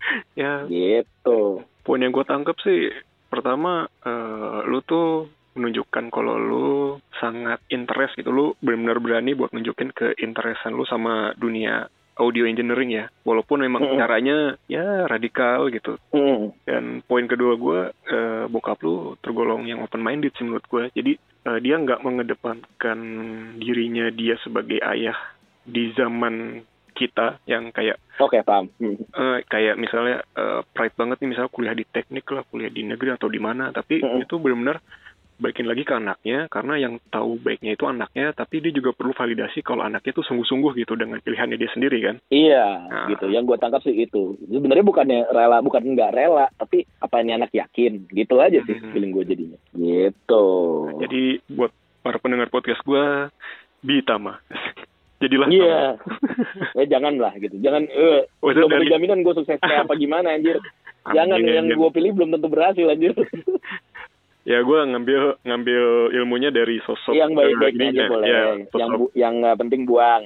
Ya. Gitu. Poin yang gue tangkap sih, pertama, uh, lu tuh menunjukkan kalau lu sangat interest gitu. Lu benar-benar berani buat nunjukin keinteresan lu sama dunia audio engineering ya. Walaupun memang mm. caranya ya radikal gitu. Mm. Dan poin kedua gue, uh, bokap lu tergolong yang open-minded sih menurut gue. Jadi uh, dia nggak mengedepankan dirinya dia sebagai ayah di zaman kita yang kayak oke okay, paham hmm. uh, kayak misalnya uh, pride banget nih misalnya kuliah di teknik lah, kuliah di negeri atau di mana, tapi hmm. itu benar-benar balikin lagi ke anaknya karena yang tahu baiknya itu anaknya, tapi dia juga perlu validasi kalau anaknya tuh sungguh-sungguh gitu dengan pilihannya dia sendiri kan. Iya nah. Gitu yang gue tangkap sih itu sebenarnya bukannya rela, bukan nggak rela, tapi apa ini anak yakin gitu aja sih hmm. feeling gue jadinya gitu. Nah, jadi buat para pendengar podcast gue Bitama jadilah iya eh jangan lah gitu jangan eh uh, belum ada jaminan gue sukses kayak apa gimana anjir jangan yang gue pilih belum tentu berhasil anjir Ya gue ngambil ngambil ilmunya dari sosok yang baik-baik uh, aja boleh, ya, sosok. yang bu, yang nggak penting buang.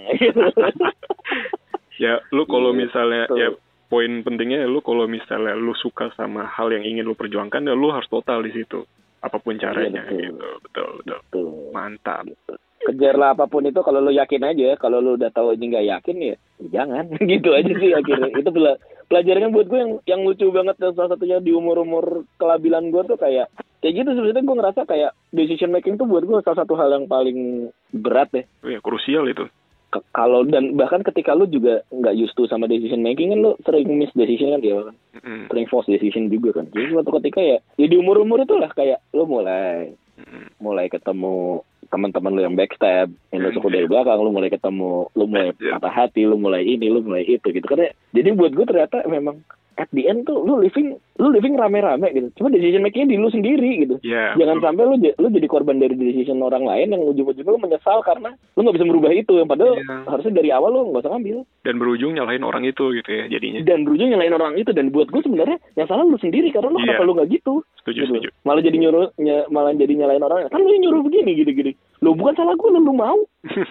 Ya lu kalau Gitu. misalnya ya poin pentingnya lu kalau misalnya lu suka sama hal yang ingin lu perjuangkan ya lu harus total di situ apapun caranya. Iya, betul. Gitu betul betul, betul. Mantap. Gitu. Kejarlah apapun itu kalau lu yakin aja. Kalau lu udah tahu ini nggak yakin ya jangan. Gitu aja sih akhirnya. Itu pela- pelajarannya buat gue yang yang lucu banget, dan salah satunya di umur-umur kelabilan gue tuh kayak kayak gitu. Sebenarnya gue ngerasa kayak decision making tuh buat gue salah satu hal yang paling berat ya. Oh ya, krusial itu. K- kalau dan bahkan ketika lu juga nggak used to sama decision making kan, lu sering miss decision kan dia kan. Mm-hmm. Sering false decision juga kan. Jadi suatu ketika ya, ya di umur-umur itulah kayak lu mulai mm-hmm. mulai ketemu teman-teman lu yang backstab, yang lu suka dari belakang, lu mulai ketemu, lu mulai patah hati, lu mulai ini, lu mulai itu gitu kan ya. Jadi buat gue ternyata memang at the end tuh lu living lu living rame-rame gitu. Cuma decision makingnya di lu sendiri gitu. Yeah, Jangan betul. sampai lu lu jadi korban dari decision orang lain yang ujung-ujungnya lu menyesal karena lu nggak bisa merubah itu. Yang padahal yeah. harusnya dari awal lu nggak usah ngambil. Dan berujung nyalahin orang itu gitu ya jadinya. Dan berujung nyalahin orang itu, dan buat gue sebenarnya yang salah lu sendiri karena lu yeah. kenapa lu nggak gitu. Setuju, gitu. setuju. Malah jadi nyuruh ny, malah jadi nyalahin orang. Kan lu yang nyuruh begini gitu-gitu. Lu bukan salah gue, lu, lu mau.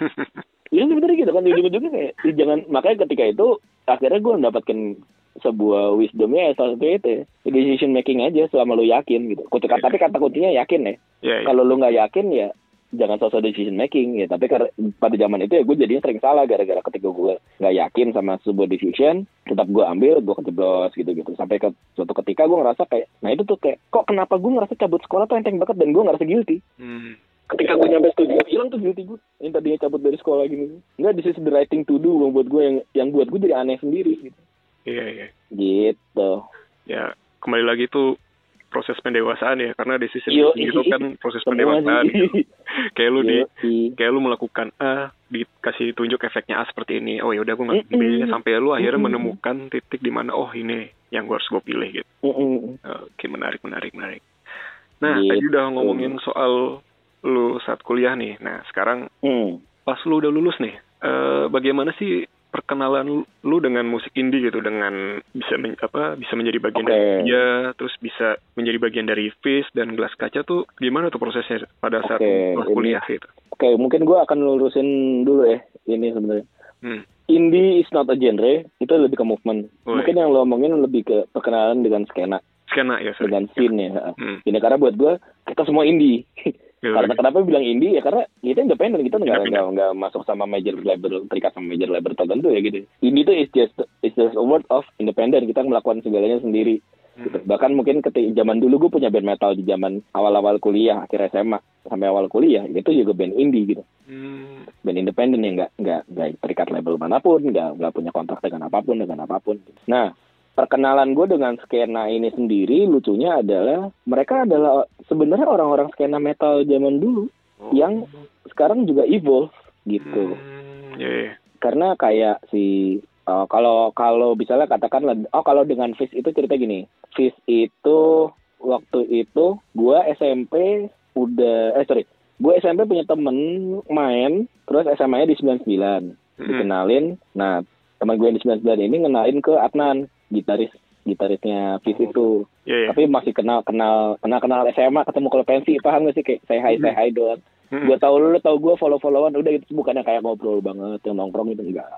Ya sebenarnya gitu kan, ujung-ujungnya kayak jangan, makanya ketika itu akhirnya gue mendapatkan sebuah wisdomnya ya, salah satu itu ya, decision making aja selama lu yakin gitu. Kutukan, yeah. Tapi kata kuncinya yakin ya. Yeah, yeah. Kalau lu nggak yakin ya jangan sosok decision making ya. Tapi karena pada zaman itu ya gue jadinya sering salah gara-gara ketika gue nggak yakin sama sebuah decision, tetap gue ambil, gue kejeblos gitu-gitu. Sampai ke suatu ketika gue ngerasa kayak, nah itu tuh kayak, kok kenapa gue ngerasa cabut sekolah tuh enteng banget dan gue ngerasa guilty. Hmm. Ketika gue nyampe studio hilang tuh guilty gue. Yang tadinya cabut dari sekolah gini. Enggak, this is the right thing to do buat gue, yang yang buat gue jadi aneh sendiri gitu. Iya, iya. Gitu. Ya, kembali lagi tuh proses pendewasaan ya, karena decision making itu kan proses pendewasaan. Gitu. Kayak lu di kayak lu melakukan A, dikasih tunjuk efeknya A seperti ini. Oh ya udah gue nggak pilih sampai lu akhirnya menemukan titik di mana oh ini yang gue harus gue pilih gitu. Oke, menarik, menarik, menarik. Nah, gitu. Tadi udah ngomongin soal lu saat kuliah nih. Nah, sekarang mm. pas lu udah lulus nih, uh, bagaimana sih perkenalan lu dengan musik indie gitu, dengan bisa men, apa bisa menjadi bagian okay. dari dia, terus bisa menjadi bagian dari Fish dan Gelas Kaca tuh gimana tuh prosesnya pada saat okay. lu kuliah gitu? Oke, okay. Mungkin gue akan lurusin dulu ya ini sebenarnya. Hmm. Indie is not a genre, itu lebih ke movement. Oh, mungkin iya. Yang lo omongin lebih ke perkenalan dengan skena. Skena ya, sorry. Dengan scene ya. Hmm. Ini karena buat gue kita semua indie. Karena kenapa bilang indie ya, karena kita independen, kita nggak nggak nggak masuk sama major label, terikat sama major label tertentu ya gitu. Indie itu is just is just a word of independent, kita melakukan segalanya sendiri. Hmm. Gitu. Bahkan mungkin ketika zaman dulu gue punya band metal di zaman awal-awal kuliah, akhir S M A sampai awal kuliah, itu juga band indie gitu. Hmm. Band independen yang nggak nggak nggak terikat label manapun, nggak nggak punya kontrak dengan apapun dengan apapun. Nah, perkenalan gue dengan skena ini sendiri lucunya adalah mereka adalah sebenarnya orang-orang skena metal zaman dulu oh. yang sekarang juga evolve gitu. Hmm, yeah, yeah. Karena kayak si uh, kalau kalau misalnya katakanlah oh kalau dengan Fish itu cerita gini. Fish itu waktu itu gue S M P udah eh sorry gue S M P punya temen main, terus S M A-nya di sembilan puluh sembilan hmm. dikenalin. Nah teman gue yang di sembilan puluh sembilan ini ngenalin ke Adnan, gitaris gitarisnya Fish itu. Yeah, yeah. Tapi masih kenal kenal kenal kenal S M A, ketemu kalau pensi, paham gak sih kayak saya hi saya hi doang. Mm-hmm. Gue tau lu, lu tau gue follow followan, udah itu bukannya kayak ngobrol banget yang nongkrong itu enggak.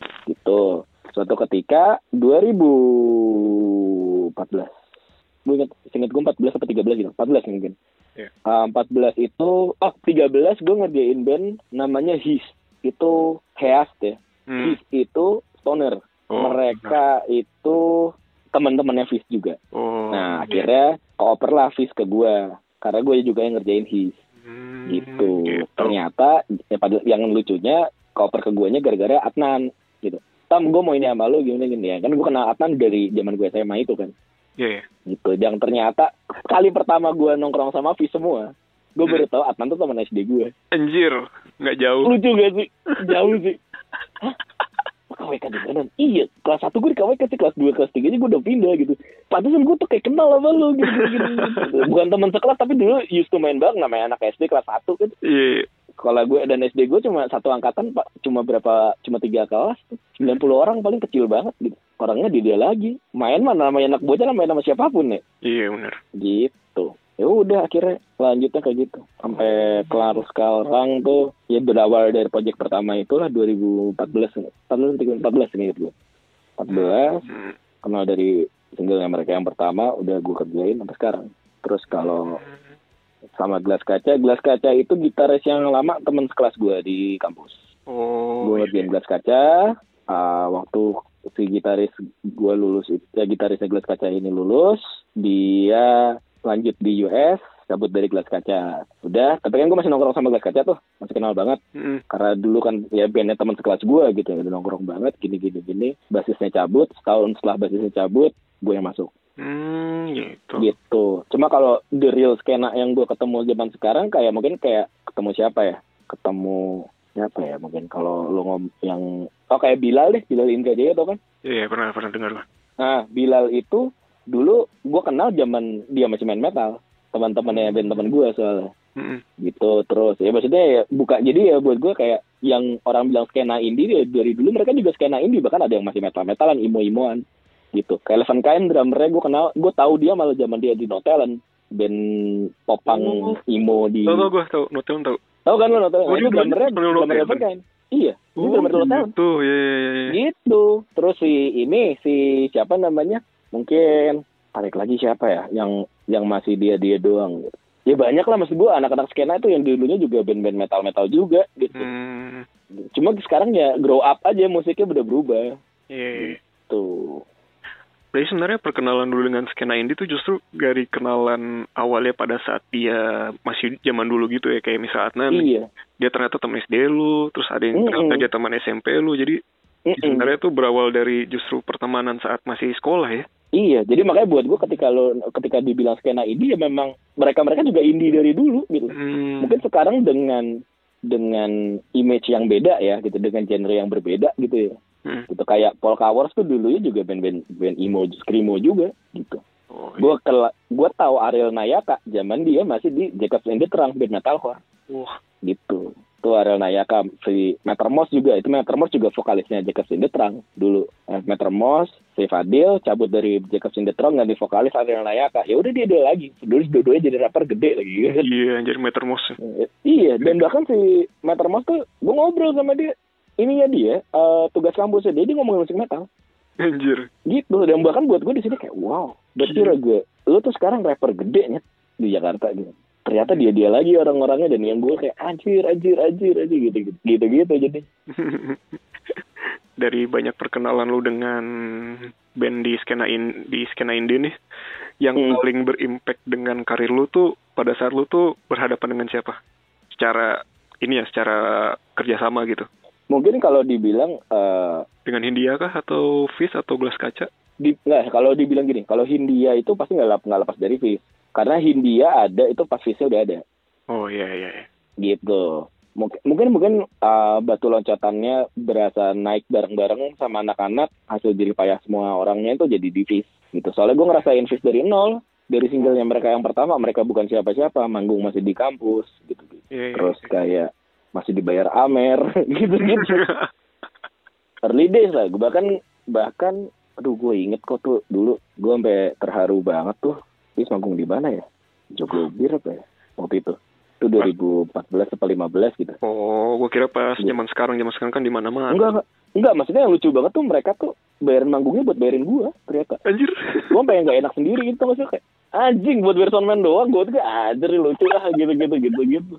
Gitu. Suatu ketika dua ribu empat belas, gue inget, inget gue empat belas atau tiga belas gitu, empat belas mungkin. Yeah. Uh, empat belas itu, oh tiga belas gue ngerjain band namanya His, itu Heast ya. Mm. His itu stoner. Oh, mereka nah. itu teman-temannya Fish juga. Oh, nah, akhirnya yeah. kooper lah Fish ke gue. Karena gue juga yang ngerjain His. Hmm, gitu. gitu. Ternyata, ya, yang lucunya, kooper ke guanya gara-gara Adnan. Gitu. Tam, gue mau ini sama lu, gini-gini. Ya. Kan gue kenal Adnan dari zaman gue S M A itu kan. Iya, yeah. Gitu. Yang ternyata, kali pertama gue nongkrong sama Fish semua, gue hmm. baru tahu Adnan tuh teman S D gue. Anjir, nggak jauh. Lucu gak sih? Jauh sih. Hah? K W K di mana? Iya, kelas satu gue di K W K sih, kelas dua, kelas tiga nya gue udah pindah gitu. Pantesan gue tuh kayak kenal sama lu gitu, gitu, gitu. Bukan teman sekelas, tapi dulu used to main banget, namanya anak S D kelas satu kan. Iya. Yeah. Kalau gue dan S D gue cuma satu angkatan, Pak. Cuma berapa, cuma tiga kelas. sembilan puluh orang paling kecil banget gitu. Orangnya di dia lagi. Main mana namanya anak bocah, main sama siapapun ya. Iya, yeah, benar. Gitu. Ya udah akhirnya lanjutnya kayak gitu sampai kelar sekarang tuh ya berawal dari project pertama itulah dua ribu empat belas empat belas ini gitu empat belas kenal dari singlenya mereka yang pertama udah gue kerjain sampai sekarang. Terus kalau sama Gelas Kaca, Gelas Kaca itu gitaris yang lama teman sekelas gue di kampus. Oh. Gue ngerjain Gelas Kaca uh, waktu si gitaris gue lulus, ya gitarisnya Gelas Kaca ini lulus, dia lanjut di U S, cabut dari Gelas Kaca. Udah, tapi kan gue masih nongkrong sama Gelas Kaca tuh, masih kenal banget. Mm. Karena dulu kan ya bandnya teman sekelas gue gitu, udah nongkrong banget, gini-gini gini. Basisnya cabut, setahun setelah basisnya cabut, gue yang masuk. Hmm, gitu. Gitu. Cuma kalau the real skena yang gue ketemu zaman sekarang kayak mungkin kayak ketemu siapa ya? Ketemu siapa ya? Mungkin kalau lo ngom yang oh kayak Bilal deh, Bilal Indra Jaya tau kan? Iya, yeah, pernah pernah dengar. Nah, Bilal itu dulu gue kenal zaman dia masih main metal, teman-temannya band teman gue soalnya. Mm-hmm. Gitu terus ya maksudnya ya buka jadi ya buat gue kayak yang orang bilang skena indie ya, dari dulu mereka juga skena indie, bahkan ada yang masih metal-metalan, imo-imoan gitu. Kayak Eleven Kain drummernya gue kenal, gue tahu dia malah zaman dia di No Talent, band popang oh. emo di. Tahu tahu gue tahu No Talent tahu. Tahu kan lo No Talent? Oh, itu drummernya drummer Eleven Kain. Iya, oh, ini drummer No Talent. Gitu, ya ya ya. Gitu. Terus si ini si siapa namanya? Mungkin tarik lagi siapa ya yang yang masih dia dia doang gitu. Ya banyak lah maksud gue anak-anak skena itu yang dulunya juga band-band metal-metal juga gitu. Hmm. Cuma sekarang ya grow up aja, musiknya udah berubah. Iya. Yeah. Gitu. Jadi sebenarnya perkenalan dulu dengan skena indie itu justru dari kenalan awalnya pada saat dia masih zaman dulu gitu ya, kayak misalnya iya. Dia ternyata teman S D lu, terus ada yang ternyata dia teman S M P lu, jadi Mm-mm. sebenarnya itu berawal dari justru pertemanan saat masih sekolah ya. Iya, jadi makanya buat gue ketika lo ketika dibilang skena indie ya memang mereka-mereka juga indie dari dulu gitu. Hmm. Mungkin sekarang dengan dengan image yang beda ya gitu, dengan genre yang berbeda gitu ya. Hmm. Gitu kayak Polka Wars tuh dulunya juga band-band band emo, screamo juga gitu. Oh, iya. Gue kela- gue tahu Ariel Nayaka zaman dia masih di Jacobs and the Trunk, band metalcore. Wah, gitu. Tuh Ariel Nayaka, si Mattermost juga, itu Mattermost juga vokalisnya Jacobs and the Trunk dulu. Eh, Mattermost, si Fadil cabut dari Jacobs and the Trunk ganti vokalis Ariel Nayaka. Ya udah dia dia lagi. Dulu dua-duanya jadi rapper gede lagi. Iya, jadi Mattermost. Iya, dan bahkan si Mattermost tuh gue ngobrol sama dia. Ininya dia, uh, tugas kampusnya dia, dia ngomongin musik metal. Anjir. Gitu, dan bahkan buat gue di sini kayak, wow, berarti gue, lo tuh sekarang rapper gede nya di Jakarta gitu. Ternyata dia-dia lagi orang-orangnya, dan yang gue kayak, anjir, anjir, anjir, anjir, gitu-gitu, gitu-gitu jadi. Dari banyak perkenalan lu dengan band di skena in, di skena indie nih, yang hmm. paling berimpact dengan karir lu tuh, pada saat lu tuh berhadapan dengan siapa? Secara, ini ya, secara kerjasama gitu. Mungkin kalau dibilang uh, dengan Hindia kah atau Fish atau Gelas Kaca? Di, nggak, kalau dibilang gini, kalau Hindia itu pasti nggak lep, nggak lepas dari Fish, karena Hindia ada itu pas Fishnya udah ada. Oh iya iya. iya. Gitu. Mungkin mungkin mungkin uh, batu loncatannya berasa naik bareng-bareng sama anak-anak, hasil jerih payah semua orangnya itu jadi di Fish. Gitu. Soalnya gue ngerasain Fish dari nol, dari singlenya mereka yang pertama, mereka bukan siapa-siapa, manggung masih di kampus, gitu. Yeah, Terus yeah. kayak masih dibayar Amer gitu-gitu. Early days lah, gue bahkan bahkan aduh gue inget kok tuh dulu gue sampai terharu banget tuh. Terus manggung di mana ya? Joglo Bir apa ya? Waktu itu. Itu dua ribu empat belas atau lima belas gitu. Oh, gue kira pas zaman sekarang, zaman sekarang kan di mana-mana. Enggak, enggak. Enggak, maksudnya yang lucu banget tuh mereka tuh bayarin manggungnya buat bayarin gue ternyata. Anjir. Gue pengen gak enak sendiri gitu maksudnya kayak anjing buat bayar soundman doang, gue tuh kayak anjir lucu lah gitu-gitu gitu-gitu.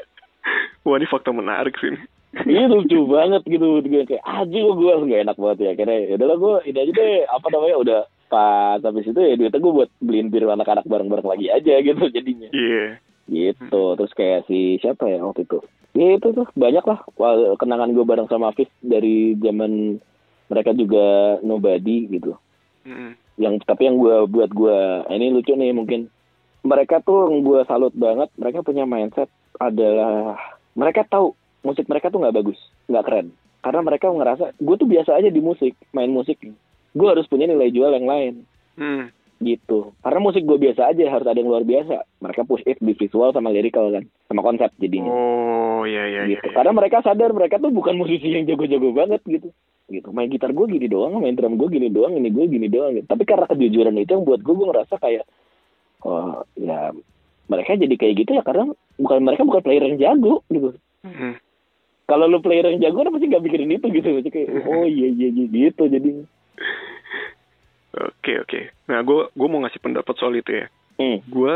Wah, ini fakta menarik sih. Iya lucu banget gitu, kayak aja gue harus gak enak banget ya. Karena ya udahlah gue ini aja deh, apa namanya udah pas habis itu ya duitnya gue buat beliin bir anak-anak bareng-bareng lagi aja gitu jadinya. Iya. Yeah. Gitu, terus kayak si siapa ya waktu itu? Ya itu tuh banyak lah kenangan gue bareng sama Fis dari zaman mereka juga nobody gitu. Mm. Yang tapi yang gue buat gue ini lucu nih mungkin. Mereka tuh yang gue salut banget, mereka punya mindset adalah mereka tahu musik mereka tuh nggak bagus, nggak keren, karena mereka ngerasa gue tuh biasa aja di musik, main musik, gue harus punya nilai jual yang lain, hmm. gitu. Karena musik gue biasa aja, harus ada yang luar biasa. Mereka push it di visual sama lyrical kan, sama konsep jadinya. Oh iya iya. Gitu. Iya, iya. Karena mereka sadar mereka tuh bukan musisi yang jago-jago banget gitu. Gitu. Main gitar gue gini doang, main drum gue gini doang, ini gue gini doang. Gitu. Tapi karena kejujuran itu yang buat gue, gue ngerasa kayak oh ya mereka jadi kayak gitu ya karena bukan mereka bukan player yang jago gitu. Mm-hmm. Kalau lu player yang jago, kan pasti nggak mikirin itu gitu. Jadi kayak oh iya iya gitu jadi. Oke oke. Nah gue gue mau ngasih pendapat soal itu ya. Mm. Gue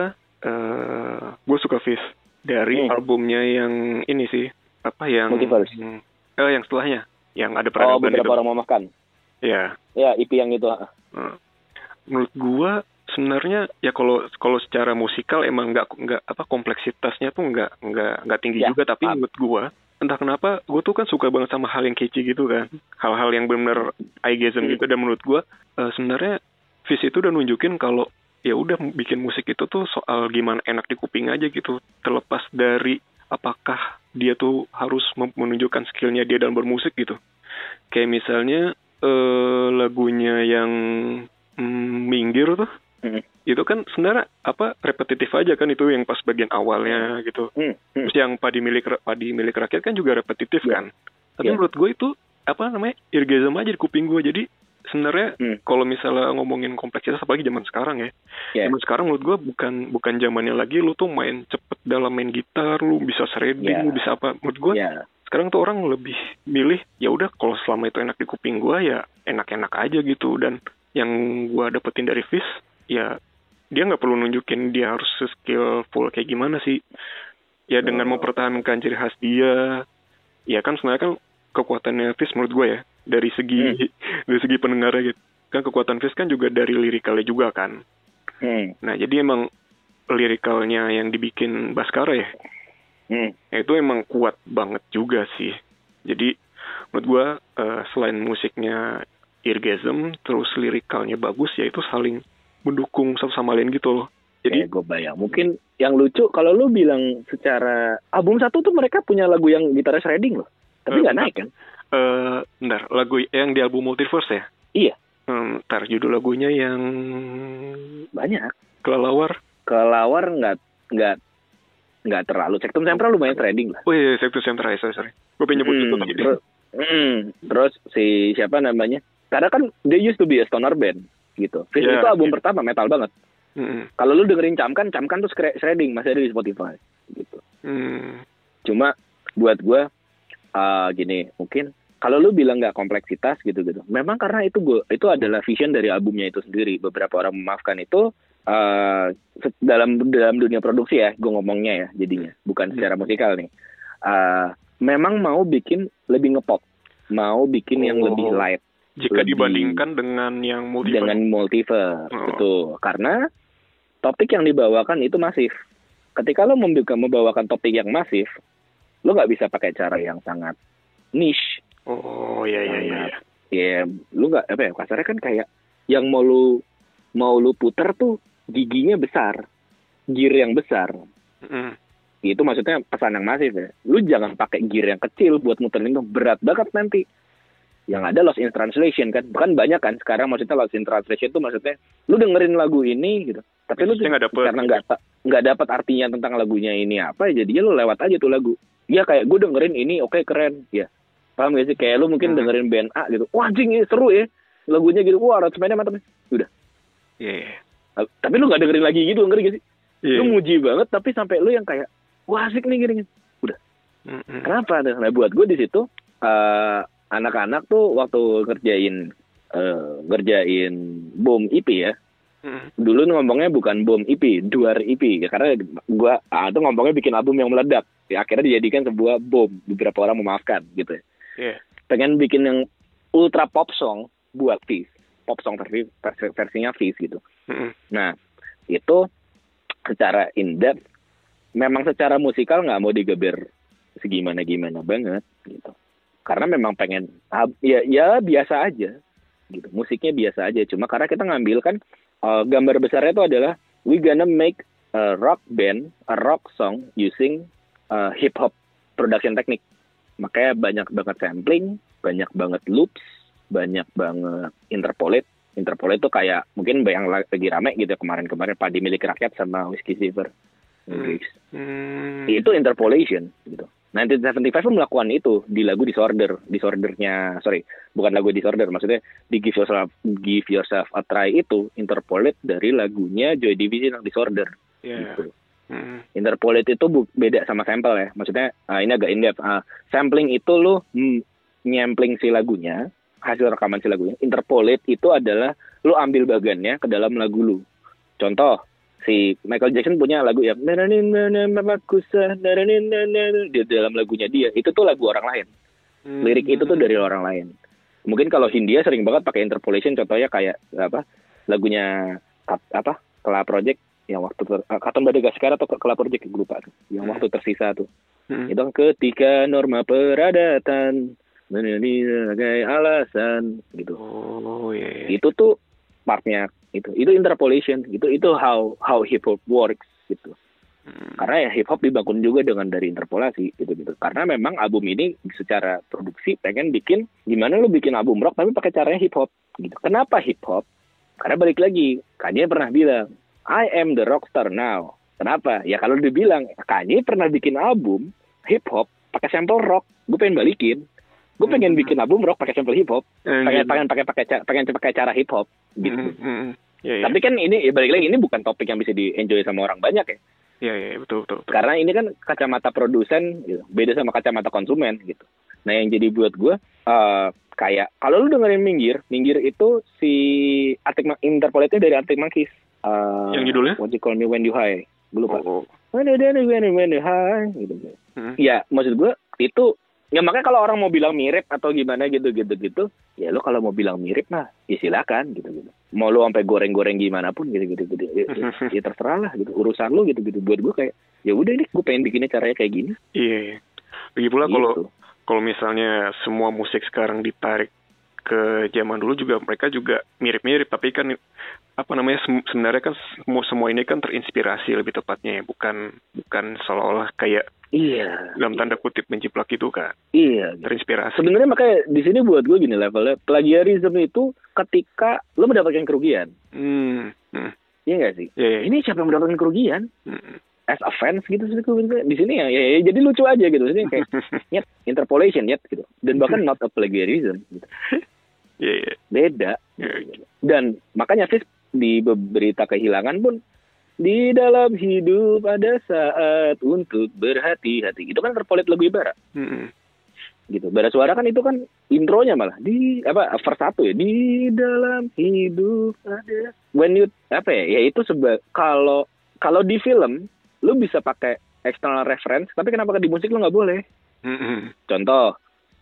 uh, gue suka Fish dari mm. albumnya yang ini sih apa yang Multiverse. Eh yang setelahnya yang ada peradaban oh, beberapa itu. orang mau makan. Ya. Ya I P yang itu. Uh. Menurut gue sebenarnya ya kalau kalau secara musikal emang nggak nggak apa kompleksitasnya tuh nggak nggak nggak tinggi ya, juga tapi ah. menurut gue entah kenapa gue tuh kan suka banget sama hal yang catchy gitu kan, hal-hal yang benar eye-gasm hmm. gitu, dan menurut gue uh, sebenarnya Fish itu udah nunjukin kalau ya udah bikin musik itu tuh soal gimana enak di kuping aja gitu, terlepas dari apakah dia tuh harus menunjukkan skillnya dia dalam bermusik gitu. Kayak misalnya uh, lagunya yang mm, Minggir tuh Hmm. itu kan sebenarnya apa repetitif aja kan, itu yang pas bagian awalnya gitu. Hmm. Hmm. Terus yang padi milik padi milik rakyat kan juga repetitif yeah. kan. Tapi yeah. menurut gue itu apa namanya eargasm aja di kuping gue. Jadi sebenarnya hmm. kalau misalnya ngomongin kompleksitas apalagi zaman sekarang ya. Yeah. Zaman sekarang menurut gue bukan bukan zamannya lagi lu tuh main cepet dalam main gitar, lu bisa shredding, yeah. lu bisa apa. Menurut gue yeah. sekarang tuh orang lebih milih ya udah kalau selama itu enak di kuping gue ya enak-enak aja gitu. Dan yang gue dapetin dari Fish ya dia nggak perlu nunjukin dia harus skillful kayak gimana sih ya, dengan oh. mempertahankan ciri khas dia ya kan. Sebenarnya kan kekuatannya Fish menurut gue ya dari segi hmm. dari segi pendengarnya gitu kan, kekuatan Fish kan juga dari lirikalnya juga kan. hmm. Nah jadi emang lirikalnya yang dibikin Baskara ya hmm. itu emang kuat banget juga sih. Jadi menurut gue uh, selain musiknya eargasm terus lirikalnya bagus ya itu saling mendukung satu sama lain gitu loh. Jadi gue bayang mungkin yang lucu kalau lu bilang secara album satu tuh mereka punya lagu yang gitarnya shredding loh, tapi nggak uh, naik kan? Eh, uh, bentar, lagu yang di album Multiverse ya? Iya. Hmm, ntar judul lagunya yang banyak. Kelelawar. Kelelawar nggak nggak nggak terlalu. Sektum Sempra lumayan shredding lah. Oh iya, Sektum Sempra ya, sorry sorry. Gue pengen nyebut hmm, itu tadi. Terus, mm, terus si siapa namanya? Karena kan they used to be a stoner band. Gitu. Fish yeah, itu album yeah. pertama metal banget. Mm-hmm. Kalau lu dengerin Camkan, Camkan tuh shredding masih ada di Spotify. Gitu. Mm. Cuma buat gue uh, gini, mungkin kalau lu bilang nggak kompleksitas gitu-gitu, memang karena itu gue itu adalah vision dari albumnya itu sendiri. Beberapa orang memaafkan itu uh, dalam dalam dunia produksi ya, gue ngomongnya ya jadinya, bukan secara musikal nih. Uh, memang mau bikin lebih ngepop, mau bikin oh. yang lebih light. Jika lebih, dibandingkan dengan yang multiverse. Dengan multiverse, oh. betul. Karena topik yang dibawakan itu masif. Ketika lo membawakan topik yang masif, lo nggak bisa pakai cara yang sangat niche. Oh iya iya iya. Ya, lo nggak apa ya kasarnya kan kayak yang mau lo mau lo puter tuh giginya besar, gear yang besar. Mm. Itu maksudnya pesan yang masif ya. Lo jangan pakai gear yang kecil buat muterin itu, berat banget nanti. Yang ada lost in translation kan, bukan banyak kan sekarang maksudnya lost in translation itu maksudnya lu dengerin lagu ini gitu, tapi lu gak dapet, karena nggak nggak dapat artinya tentang lagunya ini apa, jadinya lu lewat aja tuh lagu. Ya kayak gue dengerin ini oke okay, keren ya, paham gak sih? Kayak lu mungkin hmm. dengerin band A gitu, wah anjing ini seru ya lagunya gitu, wah aransemennya mantap, udah. Iya. Yeah. Tapi lu nggak dengerin lagi gitu, ngerti gak sih? Yeah. Lu muji banget tapi sampai lu yang kayak wah asik nih gini, udah. Mm-hmm. Kenapa? Nah buat gue di situ. Uh, anak-anak tuh waktu ngerjain uh, ngerjain bom I P ya. Hmm. Dulu ngomongnya bukan bom I P, duar I P ya, karena gua ah tuh ngomongnya bikin album yang meledak. Ya akhirnya dijadikan sebuah bom, beberapa orang memaafkan gitu ya. Yeah. Pengen bikin yang ultra pop song buat Fish. Pop song versi vers, versinya Fish gitu. Hmm. Nah, itu secara in-depth memang secara musikal nggak mau digeber segimana-gimana banget gitu. Karena memang pengen ya ya biasa aja gitu, musiknya biasa aja, cuma karena kita ngambil kan uh, gambar besarnya itu adalah we gonna make a rock band, a rock song using uh, hip hop production technique. Makanya banyak banget sampling, banyak banget loops, banyak banget interpolate. Interpolate itu kayak mungkin yang lagi rame gitu kemarin-kemarin Padi Milik Rakyat sama Whiskey Silver. Hmm. Hmm. Itu interpolation gitu. nineteen seventy-five pun melakukan itu di lagu Disorder, Disordernya, sorry, bukan lagu Disorder, maksudnya di Give Yourself, Give Yourself a Try itu interpolate dari lagunya Joy Division yang Disorder. Yeah. Gitu. Hmm. Interpolate itu bu- beda sama sample ya. Maksudnya uh, ini agak in-depth. Uh, sampling itu lu mm, nyampling si lagunya, hasil rekaman si lagunya. Interpolate itu adalah lu ambil bagiannya ke dalam lagu lu. Contoh, si Michael Jackson punya lagu yang di dalam lagunya dia. Itu tuh lagu orang lain. Hmm. Lirik itu tuh dari orang lain. Mungkin kalau Hindia sering banget pakai interpolation, contohnya kayak apa? Lagunya apa? Kala Project yang waktu ter, uh, Katon Madagaskar atau Kala Project gue lupa tuh, yang Hmm. waktu tersisa tuh. Hmm. Itu ketika norma peradatan sebagai alasan gitu. Oh iya. Yeah. Itu tuh partnya itu. Itu interpolation gitu. Itu how how hip hop works gitu. Hmm. Karena ya hip hop dibangun juga dengan dari interpolasi gitu-gitu. Karena memang album ini secara produksi pengen bikin gimana lu bikin album rock tapi pakai caranya hip hop gitu. Kenapa hip hop? Karena balik lagi, Kanye pernah bilang, I am the rockstar now. Kenapa? Ya kalau dibilang, Kanye pernah bikin album hip hop pakai sampel rock, gue pengen balikin. Gue pengen bikin album rock pakai sampel hip hop, pengen pengen pakai pakai pengen pakai cara hip hop gitu. Mm-hmm. Yeah, yeah. Tapi kan ini ya balik lagi, ini bukan topik yang bisa di enjoy sama orang banyak ya. Iya, yeah, iya, yeah, betul, betul, betul. Karena ini kan kacamata produsen gitu, beda sama kacamata konsumen gitu. Nah yang jadi buat gue uh, kayak kalau lu dengerin Minggir, Minggir itu si Arctic Interpolate-nya dari Arctic Monkeys. Uh, yang judulnya? What You Call Me When You High. Gue lupa. Oh, oh. When You When You High gitu. Hmm. Ya maksud gue itu ya makanya kalau orang mau bilang mirip atau gimana gitu-gitu gitu, ya lo kalau mau bilang mirip mah ya silakan gitu-gitu. Mau lo sampai goreng-goreng gimana pun gitu-gitu gitu. Ya, ya, ya terserah lah gitu. Urusan lo gitu-gitu. Buat gue kayak ya udah nih gue pengen bikinnya caranya kayak gini. Iya. Lagi pula kalau gitu. Kalau misalnya semua musik sekarang ditarik ke zaman dulu juga mereka juga mirip-mirip, tapi kan apa namanya sebenarnya kan semua semua ini kan terinspirasi lebih tepatnya ya, bukan bukan seolah-olah kayak iya dalam tanda kutip menjiplak itu kan. Iya. Terinspirasi. Sebenarnya makanya di sini buat gue gini levelnya plagiarism itu ketika lo mendapatkan kerugian. Hmm. hmm. Iya nggak sih? Yeah, yeah. Ini siapa yang mendapatkan kerugian? Hmm. As a fans gitu sih di sini ya, ya, ya jadi lucu aja gitu sini kayak nyet interpolation nyet gitu dan bahkan not a plagiarism gitu. Yeah, yeah. Beda. Yeah. Dan makanya Fis di berita kehilangan pun di dalam hidup ada saat untuk berhati-hati. Itu kan terpolit lagu Bara. Mm-hmm. Gitu. Bara Suara kan itu kan intronya malah di apa verse satu ya, di dalam hidup ada when you apa ya? Ya itu sebab kalau kalau di film lu bisa pakai external reference, tapi kenapa di musik lu nggak boleh? Mm-hmm. Contoh,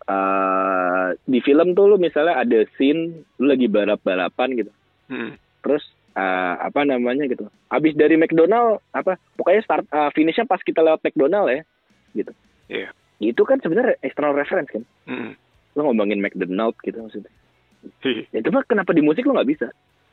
uh, di film tuh lu misalnya ada scene lu lagi balap-balapan gitu, mm-hmm. terus uh, apa namanya gitu, abis dari McDonald apa, pokoknya start uh, finishnya pas kita lewat McDonald ya, gitu. Iya. Yeah. Itu kan sebenarnya external reference kan? Mm-hmm. Lu ngomongin McDonald gitu maksudnya. Iya. Ya, cuma kenapa di musik lu nggak bisa?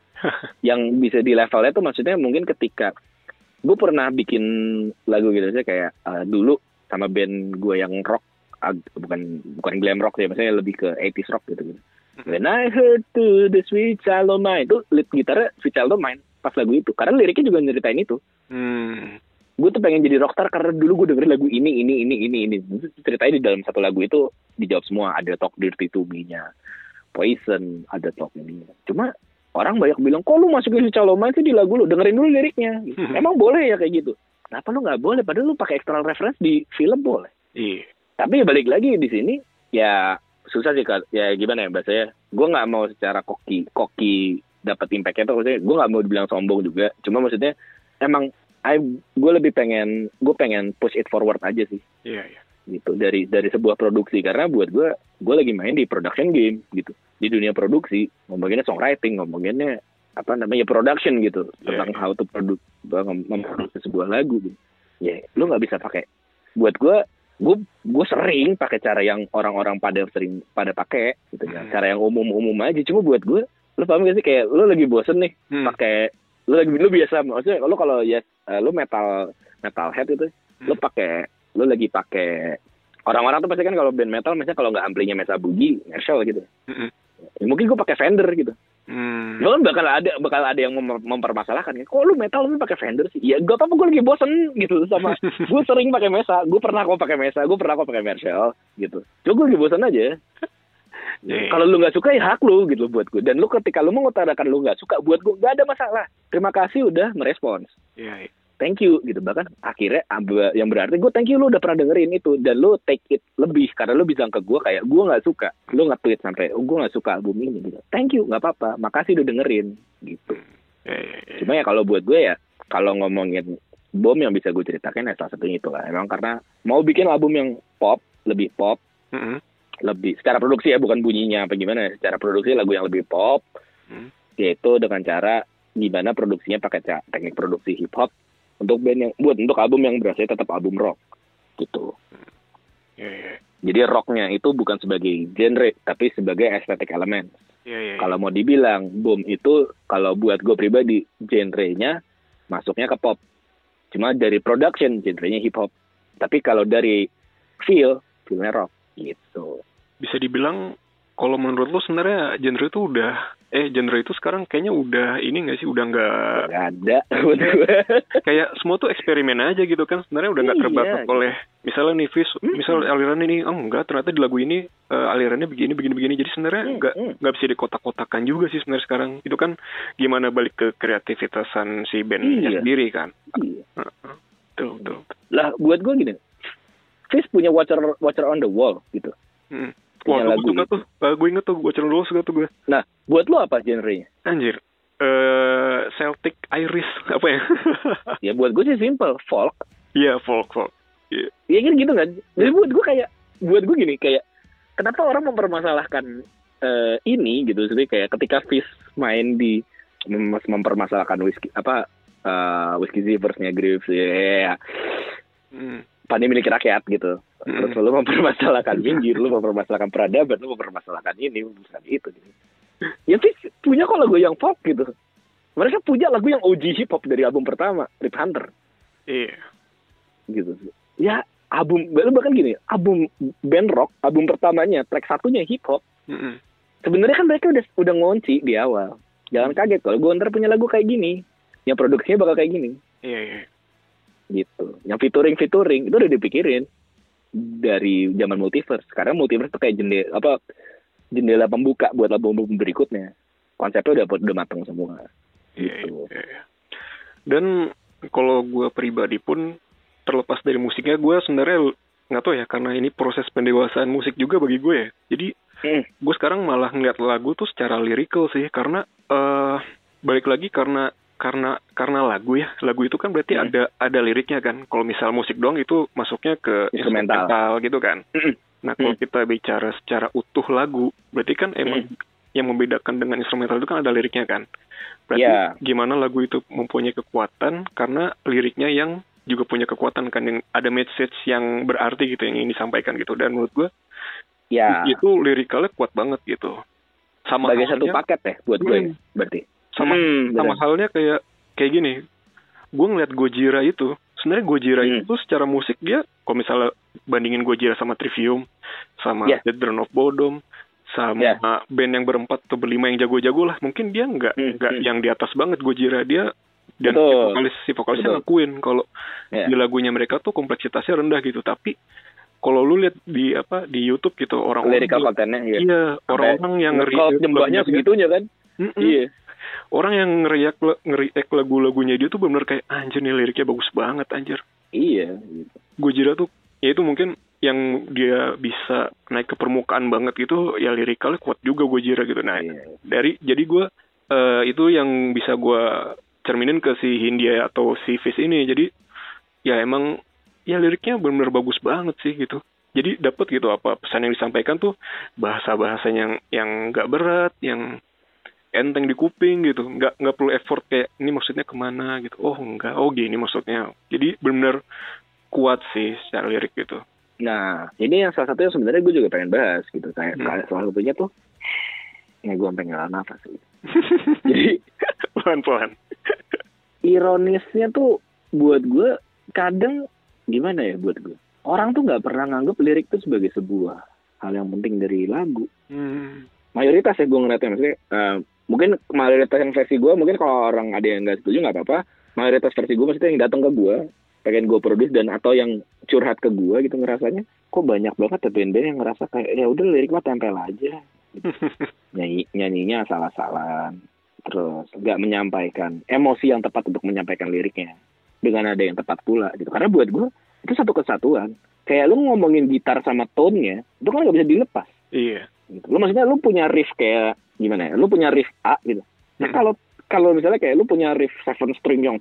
Yang bisa di levelnya tuh maksudnya mungkin ketika gue pernah bikin lagu gitu aja kayak uh, dulu sama band gue yang rock uh, bukan bukan glam rock ya, maksudnya lebih ke eighties rock gitu gitu. Mm-hmm. When I heard to the sweet child of mine, itu lead gitarnya Sweet Child of Mine pas lagu itu, karena liriknya juga nyeritain itu. Mm. Gue tuh pengen jadi rockstar karena dulu gue dengerin lagu ini ini ini ini ini. Ceritanya di dalam satu lagu itu dijawab semua, ada Talk Dirty to Me-nya, Poison, ada Talk ini. Cuma orang banyak bilang, kok lu masukin si Caloman sih di lagu lu? Dengerin dulu liriknya. Gitu. Hmm. Emang boleh ya kayak gitu? Kenapa lu nggak boleh? Padahal lu pakai external reference di film boleh. Iya. Tapi balik lagi di sini, ya susah sih, ya gimana ya bahasanya? Gue nggak mau secara koki, koki dapat impact-nya tuh. Maksudnya gue nggak mau dibilang sombong juga. Cuma maksudnya emang gue lebih pengen, gue pengen push it forward aja sih. Iya, iya. Gitu dari dari sebuah produksi, karena buat gue, gue lagi main di production game gitu. Di dunia produksi, ngomonginnya songwriting, ngomonginnya apa namanya production gitu, yeah, tentang yeah. how to produce, memproduksi sebuah lagu gitu. Ya, lu nggak bisa pakai. Buat gue, gue gue sering pakai cara yang orang-orang pada sering pada pakai gitu ya, mm. cara yang umum-umum aja. Cuma buat gue, lu paham gak sih kayak lu lagi bosen nih mm. pakai, lu lagi lu biasa, maksudnya lu kalau ya lu metal metal head gitu, mm. lu pakai, lu lagi pakai. Orang-orang tuh pasti kan kalau band metal, misalnya kalau nggak amplinya Mesa Boogie, Marshall gitu. Mm-hmm. Ya, mungkin gue pakai Fender gitu. Hmm. Kan bakal ada bakal ada yang mem- mempermasalahkan kan. Kok lu metal lu pakai Fender sih? Ya gak apa-apa, gue lagi bosen gitu sama. Gue sering pakai Mesa, gue pernah kok pakai Mesa, gue pernah kok pakai Marshall gitu. Cuma gue lagi bosen aja. Yeah. Kalau lu nggak suka ya hak lu gitu buat gue. Dan lu ketika lu mengutarakan lu nggak suka, buat gue nggak ada masalah. Terima kasih udah merespons. Yeah. thank you gitu. Bahkan akhirnya yang berarti gue thank you lu udah pernah dengerin itu dan lu take it lebih karena lu bilang ke gue kayak gue nggak suka, lu nge-tweet sampai oh, gue nggak suka album ini gitu. Thank you, nggak apa-apa, makasih udah dengerin gitu. Cuma ya kalau buat gue ya kalau ngomongin Bom yang bisa gue ceritakan ya salah satunya itu lah. Emang karena mau bikin album yang pop, lebih pop, mm-hmm. lebih secara produksi ya bukan bunyinya apa gimana ya, secara produksi lagu yang lebih pop, mm. yaitu dengan cara gimana produksinya pakai teknik produksi hip hop untuk band yang buat untuk album yang berasanya tetap album rock gitu. Yeah, yeah. Jadi rocknya itu bukan sebagai genre tapi sebagai estetik elemen. Yeah, yeah, yeah. Kalau mau dibilang Bom itu kalau buat gue pribadi genrenya masuknya ke pop. Cuma dari production genrenya hip hop. Tapi kalau dari feel, feelnya rock gitu. Bisa dibilang kalau menurut lo sebenarnya genre itu udah eh genre itu sekarang kayaknya udah ini nggak sih udah nggak ada. Kayak semua tuh eksperimen aja gitu kan sebenarnya udah nggak terbatas iya, oleh misalnya nih Fis, mm-hmm. misal aliran ini oh enggak ternyata di lagu ini uh, alirannya begini begini begini jadi sebenarnya nggak mm-hmm. nggak bisa dikotak-kotakan juga sih sebenarnya sekarang itu kan gimana balik ke kreativitasan si bandnya iya. sendiri kan. Iya. Uh-huh. Tuh, tuh. Lah buat gue gini, Fis punya Watcher Watcher on the Wall gitu. Hmm. Wah, gue suka tuh. Uh, gue inget tuh, Watcher on the Wall suka tuh gue. Nah, buat lo apa genrenya? Anjir. Uh, Celtic Irish apa ya? Ya buat gue sih simple, folk. Iya, yeah, folk, folk. Iya yeah. kan gitu kan. Jadi buat gue kayak, buat gue gini kayak, kenapa orang mempermasalahkan uh, ini gitu? Jadi kayak ketika Fish main di mem- mempermasalahkan whiskey apa uh, whiskey Ziversnya Graves ya, yeah. hmm. Pani milik rakyat gitu. Terus hmm. lu mempermasalahkan Minggir, lu mempermasalahkan Peradaban, lu mempermasalahkan ini, bukan itu. Gitu. Ya Fish punya kok lagu yang folk gitu. Mereka punya lagu yang O G hip hop dari album pertama, Rip Hunter. Iya. Gitu. Ya album, bahkan gini, album band rock, album pertamanya, track satunya hip hop. Mm-hmm. Sebenarnya kan mereka udah udah ngunci di awal. Jangan kaget kalau gue ntar punya lagu kayak gini, yang produksinya bakal kayak gini. Iya, iya. Gitu. Yang featuring-featuring itu udah dipikirin dari zaman Multiverse. Sekarang Multiverse tuh kayak jendela apa jendela pembuka buat album berikutnya. Konsepnya udah udah matang semua. Gitu. Iya, iya. Dan kalau gue pribadi pun terlepas dari musiknya, gue sebenarnya nggak tahu ya karena ini proses pendewasaan musik juga bagi gue ya. Jadi hmm. gue sekarang malah ngeliat lagu tuh secara lirikal sih karena uh, balik lagi karena karena karena lagu ya lagu itu kan berarti hmm. ada ada liriknya kan. Kalau misal musik doang itu masuknya ke instrumental, instrumental gitu kan. Hmm. Nah kalau hmm. kita bicara secara utuh lagu berarti kan emang hmm. yang membedakan dengan instrumental itu kan ada liriknya kan. Berarti yeah. gimana lagu itu mempunyai kekuatan karena liriknya yang juga punya kekuatan kan yang ada message yang berarti gitu yang ingin disampaikan gitu. Dan menurut gue yeah. itu lirikalnya kuat banget gitu. Sama sebagai halnya, satu paket ya buat gue hmm. berarti. Sama hmm, sama halnya kayak kayak gini. Gue ngeliat Gojira itu, sebenarnya Gojira hmm. itu secara musik dia kalau misalnya bandingin Gojira sama Trivium, sama yeah. The Drone of Bodom, sama yeah. band yang berempat atau berlima yang jago-jago lah, mungkin dia nggak nggak hmm. yang di atas banget Gojira dia. Dan si vokalis si vokalisnya ngakuin kalau yeah. di lagunya mereka tuh kompleksitasnya rendah gitu, tapi kalau lu lihat di apa di YouTube gitu orang lyrical kontennya ya. Iya, orang-orang yang ngeri jembahnya segitunya kan. Mm-mm. Iya. Orang yang ngeriak ngeriak lagu-lagunya dia tuh benar kayak anjir nih liriknya bagus banget anjir. Iya, gitu. Gojira tuh ya itu mungkin yang dia bisa naik ke permukaan banget gitu ya lirikalnya kuat juga Gojira gitu. Nah, iya. dari jadi gue uh, itu yang bisa gue cerminin ke si Hindia atau si Fish ini. Jadi ya emang ya liriknya benar-benar bagus banget sih gitu. Jadi dapat gitu apa pesan yang disampaikan tuh bahasa-bahasanya yang yang nggak berat, yang enteng di kuping gitu, nggak nggak perlu effort kayak ini maksudnya kemana gitu. Oh enggak, oh gini maksudnya. Jadi benar-benar kuat sih secara lirik gitu. Nah ini yang salah satu yang sebenarnya gue juga pengen bahas gitu. Kayak hmm. salah satunya tuh, ya gue pengen ngalah nafas gitu. Jadi pelan-pelan. Ironisnya tuh buat gue kadang gimana ya buat gue. Orang tuh nggak pernah nganggap lirik tuh sebagai sebuah hal yang penting dari lagu. Hmm. Mayoritas ya gue ngeliatnya maksudnya. Uh, mungkin mayoritas yang versi gue, mungkin kalau orang ada yang nggak setuju nggak apa-apa. Mayoritas versi gue maksudnya yang datang ke gue, pengen gue produce dan atau yang curhat ke gue gitu ngerasanya, kok banyak banget ya band-band yang ngerasa kayak ya udah lirik mah tempel aja. Gitu. Nyanyi nyanyinya salah-salah, terus nggak menyampaikan emosi yang tepat untuk menyampaikan liriknya. dengan ada yang tepat pula gitu. Karena buat gue itu satu kesatuan. Kayak lu ngomongin gitar sama tone-nya, itu kan gak bisa dilepas. Iya. Gitu. Lu maksudnya lu punya riff kayak gimana ya? Lu punya riff A gitu. Nah kalau kalau misalnya kayak lu punya riff seven string yang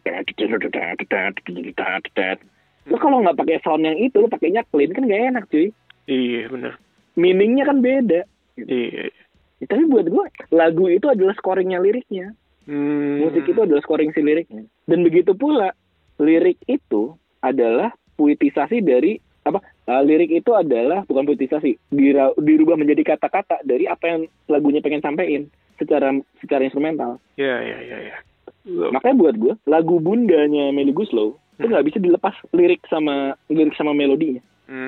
lu kalau nggak pakai sound yang itu, lu pakainya clean kan gak enak cuy. Iya benar. Meaningnya kan beda. Gitu. Iya. Ya, tapi buat gue lagu itu adalah scoringnya liriknya. Hmm. Musik itu adalah scoring si liriknya. Dan begitu pula lirik itu adalah puitisasi dari apa? Uh, lirik itu adalah bukan puitisasi, dira, dirubah menjadi kata-kata dari apa yang lagunya pengen sampein secara secara instrumental. Iya iya iya. Ya. Makanya buat gue lagu Bundanya Melly Goeslaw hmm. itu nggak bisa dilepas lirik sama lirik sama melodinya.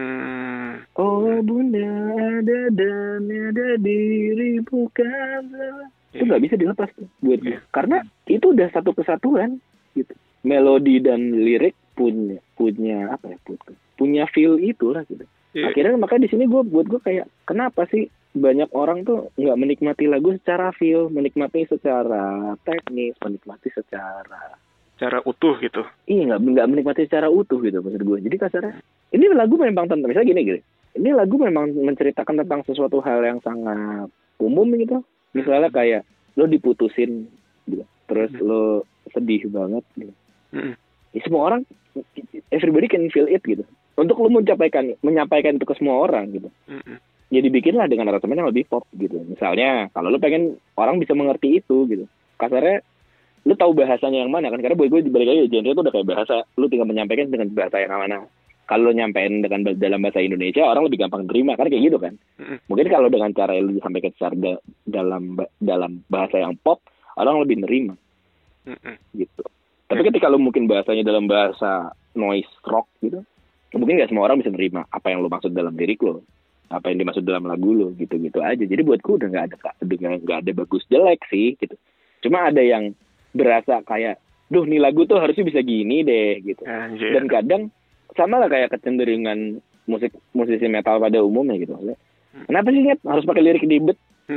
Hmm. Oh Bunda ada dan ada diri bukan salah. Itu nggak bisa dilepas tuh buat gue. Karena itu udah satu kesatuan gitu. Melodi dan lirik punya punya apa ya punya, punya feel itulah gitu. Yeah. Akhirnya makanya di sini gue buat gue kayak kenapa sih banyak orang tuh nggak menikmati lagu secara feel, menikmati secara teknis, menikmati secara secara utuh gitu. Iya nggak nggak menikmati secara utuh gitu maksud gue. Jadi kasarnya ini lagu memang tentang misalnya gini gini. Ini lagu memang menceritakan tentang sesuatu hal yang sangat umum gitu. Misalnya kayak lo diputusin gitu. Terus mm-hmm. lo sedih banget gitu. Mm-hmm. Ya, semua orang everybody can feel it gitu. Untuk lo menyampaikan menyampaikan itu ke semua orang gitu. Mm-hmm. Ya dibikinlah dengan aransemen yang lebih pop gitu. Misalnya kalau lo pengen orang bisa mengerti itu gitu. Kasarnya lo tahu bahasanya yang mana kan? Karena buat gue dibalik lagi genre itu udah kayak bahasa. Lo tinggal menyampaikan dengan bahasa yang mana. Kalau nyampein dengan dalam bahasa Indonesia orang lebih gampang terima kan kayak gitu kan. Mm-hmm. Mungkin kalau dengan cara yang disampaikan secara da- dalam dalam bahasa yang pop orang lebih nerima. Mm-hmm. Gitu. Tapi mm-hmm. ketika lo mungkin bahasanya dalam bahasa noise rock gitu, mungkin nggak semua orang bisa nerima apa yang lo maksud dalam lirik lo, apa yang dimaksud dalam lagu lo gitu-gitu aja. Jadi buatku udah nggak ada dengan nggak ada bagus jelek sih gitu. Cuma ada yang berasa kayak, duh nih lagu tuh harusnya bisa gini deh gitu. Anjir. Dan kadang sama lah kayak kecenderungan musik musisi metal pada umumnya gitu. Kenapa sih Nyet? Harus pakai lirik dibet?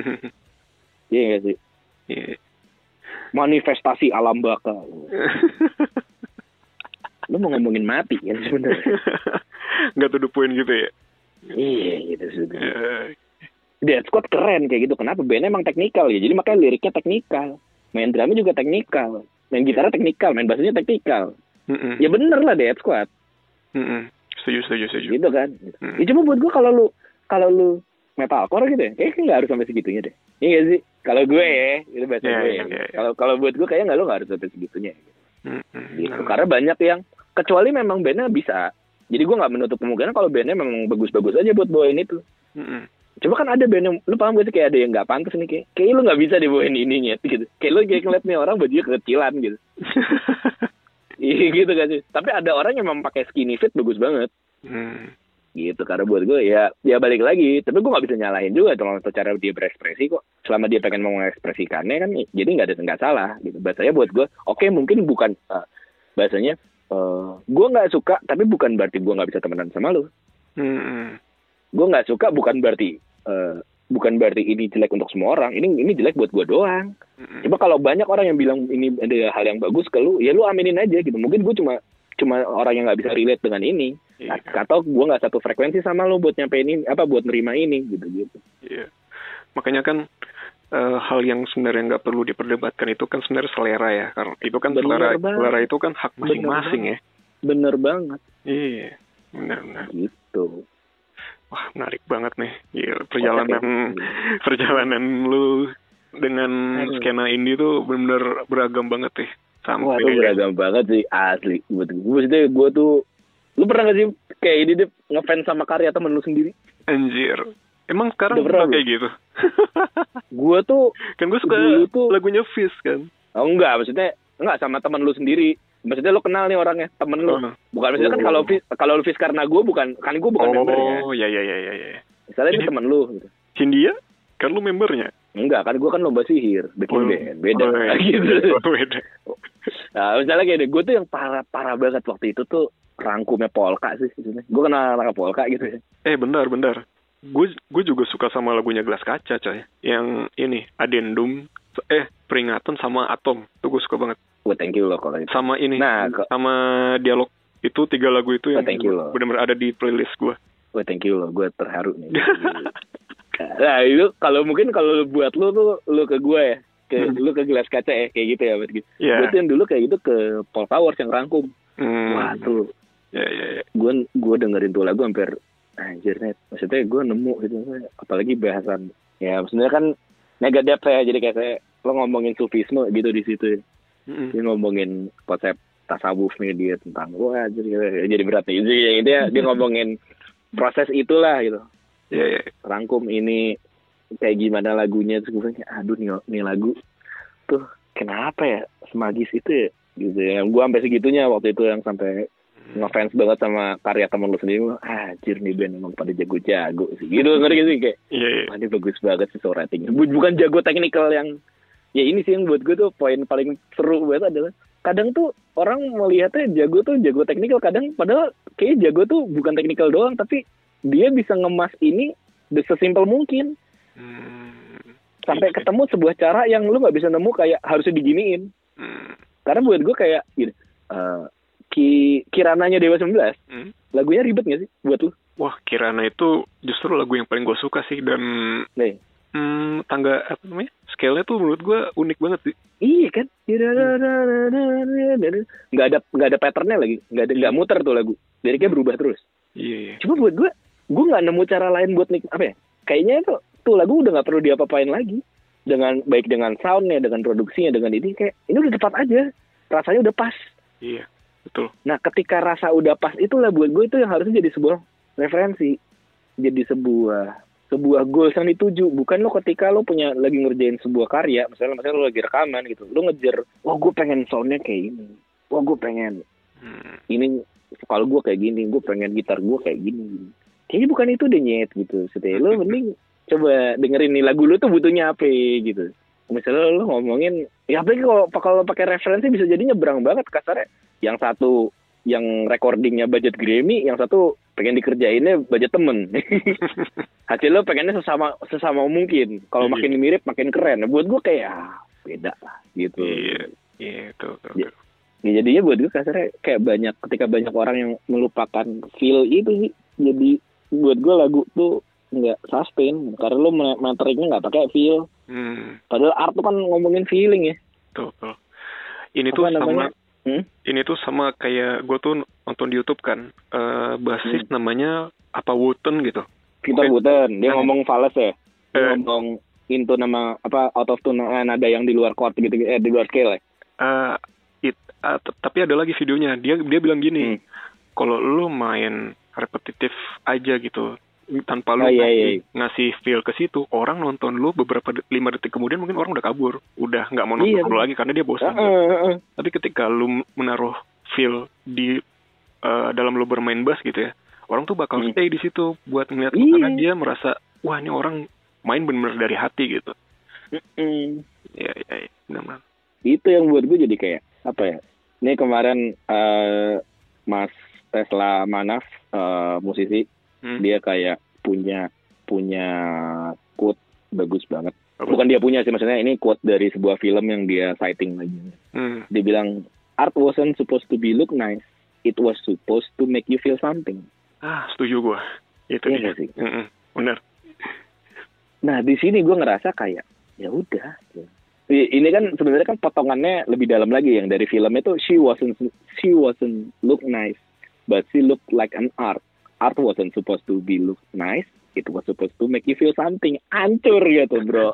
Iya nggak sih? Yeah. Manifestasi alam baka. Lu mau ngomongin mati kan sebenarnya? Nggak to the point gitu ya? Iya gitu sudah. Uh. Dead Squad keren kayak gitu. Kenapa? Bandnya emang teknikal ya. Jadi makanya liriknya teknikal. Main drumnya juga teknikal. Main gitarnya teknikal. Main bassnya teknikal. Mm-mm. Ya bener lah Dead Squad. Mm-mm. Setuju, setuju, setuju. Gitu kan. Mm. Ya cuma buat gue kalau lu kalau lu metalcore gitu ya, kayaknya nggak harus sampai segitunya deh. Iya gak sih? Kalau gue ya, itu bahasa yeah, gue. Yeah, ya. yeah, kalau kalau buat gue kayaknya nggak lu nggak harus sampai segitunya. Gitu. Mm-hmm. Gitu. Karena banyak yang kecuali memang bandnya bisa. Jadi gue nggak menutup kemungkinan kalau bandnya memang bagus-bagus aja buat bawain itu. Mm-hmm. Coba kan ada band yang lu paham gak sih kayak ada yang nggak pantas nih kayak, kayak lu nggak bisa dibawain ininya gitu. Kayak lu kayak ngeliat nih orang bajunya kekecilan gitu. Iya gitu kan sih. Tapi ada orang yang memang pakai skinny fit bagus banget. Hmm. Gitu karena buat gue ya ya balik lagi. Tapi gue nggak bisa nyalahin juga kalau cara dia berekspresi kok. Selama dia pengen mau mengekspresikannya kan, jadi nggak ada nggak salah gitu. Bahasanya buat gue, oke okay, mungkin bukan uh, bahasanya uh, gue nggak suka, tapi bukan berarti gue nggak bisa temenan sama lo. Hmm. Gue nggak suka bukan berarti uh, bukan berarti ini jelek untuk semua orang. Ini ini jelek buat gue doang. Mm-hmm. Coba kalau banyak orang yang bilang ini ada hal yang bagus ke lu, ya lu aminin aja gitu. Mungkin gue cuma cuma orang yang nggak bisa relate dengan ini. Yeah. Atau gue nggak satu frekuensi sama lu buat nyampein ini, apa buat nerima ini gitu gitu. Iya. Yeah. Makanya kan uh, hal yang sebenarnya nggak perlu diperdebatkan itu kan sebenarnya selera ya. Karena itu kan bener selera banget. Selera itu kan hak masing-masing bener ya. Bener banget. Iya. Yeah. Benar-benar. Gitu. Wah menarik banget nih. Gila, perjalanan oh, perjalanan lu dengan Aduh. skena indie tuh benar-benar beragam banget nih. Sampai Wah tuh beragam banget sih asli. Buat gue, maksudnya gue tuh, lu pernah gak sih kayak ini deh ngefans sama karya temen lu sendiri? Anjir. Emang sekarang udah kayak gitu? Gue tuh kan gue suka tuh, lagunya Fish kan. Oh enggak, maksudnya enggak sama temen lu sendiri. Maksudnya lu kenal nih orangnya, temen lu. Oh. Bukan maksudnya oh. kan kalau Fish kalau lu Fish karena gue bukan, kan gue bukan oh, membernya. Oh iya iya iya iya. Misalnya ini temen lu gitu. Hindia? Kan lu membernya? Enggak, kan gue kan lomba sihir, bikin oh. band, beda. Oh, iya. gitu. Oh, beda. Nah, misalnya kayak gue tuh yang parah-parah banget waktu itu tuh rangkumnya Polka sih. Gue kenal rangka Polka gitu ya. Eh benar, benar. Gue gue juga suka sama lagunya Gelas Kaca, coy. Yang ini, Addendum, eh, Peringatan sama Atom. Tuh gue suka banget. Wah, thank you loh kalau itu. Sama ini, nah, ke... sama dialog itu, tiga lagu itu yang oh, benar-benar ada di playlist gue. Wah, thank you loh, gue terharu nih. Nah itu kalau mungkin kalau buat lu tuh lu ke gue ya, ke hmm. lu ke Gelas Kaca ya kayak gitu ya, berarti. Yeah. Gue tuh yang dulu kayak gitu ke Paul Towers yang rangkum. Hmm. Wah tuh, ya yeah, ya. Yeah, yeah. Gue gue dengerin tuh lagu hampir anjir net. Maksudnya gue nemu gitu, apalagi bahasan. Ya maksudnya kan negatif ya, jadi kayak saya lo ngomongin sufisme gitu di situ. Mm-hmm. Dia ngomongin konsep tasawufnya dia tentang wah jadi jadi berat nih. Jadi dia dia ngomongin proses itulah gitu. Yeah, yeah. Rangkum ini kayak gimana lagunya, terus gue kayak aduh nih, nih lagu tuh kenapa ya semagis itu ya gitu ya. Gue sampai segitunya waktu itu yang sampai ngefans banget sama karya teman lu sendiri. Ah, anjir nih band emang pada jago-jago sih. Gitu ngerti sih kayak. Iya, yeah, yeah. Wah, ini bagus banget sih songwriting. Bukan jago teknikal yang ya ini sih yang buat gue tuh poin paling seru banget adalah kadang tuh orang melihatnya jago tuh jago teknikal, kadang padahal kayak jago tuh bukan teknikal doang, tapi dia bisa ngemas ini sesimpel mungkin. Hmm, sampai iya. ketemu sebuah cara yang lu nggak bisa nemu kayak harusnya diginiin. Hmm. Karena buat gue kayak gini. Uh, Ki Kirananya Dewa sembilan belas, hmm? lagunya ribet gak sih buat lu? Wah, Kirana itu justru lagu yang paling gue suka sih, dan nih. Hmm, tangga apa namanya? Scale-nya tuh menurut gue unik banget sih. Iya kan? Nggak ada nggak ada pattern-nya lagi, nggak ada nggak muter tuh lagu. Liriknya berubah terus. Iya. iya. Cuma buat gue, gue nggak nemu cara lain buat nik apa ya? Kayaknya itu tuh lagu udah nggak perlu diapa-apain lagi. Dengan baik dengan sound-nya, dengan produksinya, dengan ini kayak ini udah tepat aja, rasanya udah pas. Iya. Betul. Nah, ketika rasa udah pas itulah buat gue itu yang harusnya jadi sebuah referensi, jadi sebuah sebuah goals yang dituju. Bukan lo ketika lo punya lagi ngerjain sebuah karya, misalnya misalnya lo lagi rekaman gitu, lo ngejar, wah gue pengen soundnya kayak ini, wah gue pengen hmm. ini vokal gue kayak gini, gue pengen gitar gue kayak gini. Kayaknya bukan itu deh nyet gitu. Setelah lo mending coba dengerin nih lagu lo tuh butuhnya apa gitu. Misalnya lo ngomongin, ya apalagi kalau kalau pakai referensi bisa jadi nyebrang banget kasarnya. Yang satu yang recordingnya budget Grammy, yang satu pengen dikerjainnya budget temen. Hasil lo pengennya sesama sesama mungkin. Kalau makin mirip makin keren. Buat gue kayak ah, beda lah gitu. Iya, iya itu. Ya, ya, jadinya buat gue kasarnya kayak banyak ketika banyak orang yang melupakan feel itu sih. Jadi buat gue lagu tuh nggak sustain karena lo materinya nggak pakai feel. Hmm. Padahal art tuh kan ngomongin feeling ya. Tuh, tuh. Ini tuh Apa sama. Hmm? Ini tuh sama kayak gue tuh nonton di YouTube kan, uh, basis hmm. namanya apa Wooten gitu. Peter Wooten, dia nah. ngomong fals ya, dia uh, ngomong into nama apa out of tune nada yang di luar chord gitu, eh di luar scale ya. Uh, it, uh, t- tapi ada lagi videonya, dia dia bilang gini, hmm. kalau lu main repetitif aja gitu, tanpa lu oh, iya, iya. ngasih feel ke situ, orang nonton lu beberapa de- lima detik kemudian mungkin orang udah kabur, udah nggak mau nonton iya, lu lagi karena dia bosan. Uh, uh, uh. Tapi ketika lu menaruh feel di uh, dalam lu bermain bass gitu ya, orang tuh bakal hmm. stay di situ buat ngeliat lu, karena dia merasa wah ini orang main bener-bener dari hati gitu. Mm-mm. Ya ya, ya benar-benar. Itu yang buat gue jadi kayak apa ya? Ini kemarin uh, Mas Tesla Manaf uh, musisi. Hmm. Dia kayak punya punya quote bagus banget. Bukan dia punya sih, maksudnya ini quote dari sebuah film yang dia citing lagi. Hmm. Dia bilang, art wasn't supposed to be look nice, it was supposed to make you feel something. Ah, setuju gue. Itu iya dia. Sih. Mm-mm. Benar. Nah di sini gue ngerasa kayak ya udah. Ini kan sebenarnya kan potongannya lebih dalam lagi yang dari film itu she wasn't she wasn't look nice, but she looked like an art. Art wasn't supposed to be look nice, it was supposed to make you feel something. Hancur gitu bro.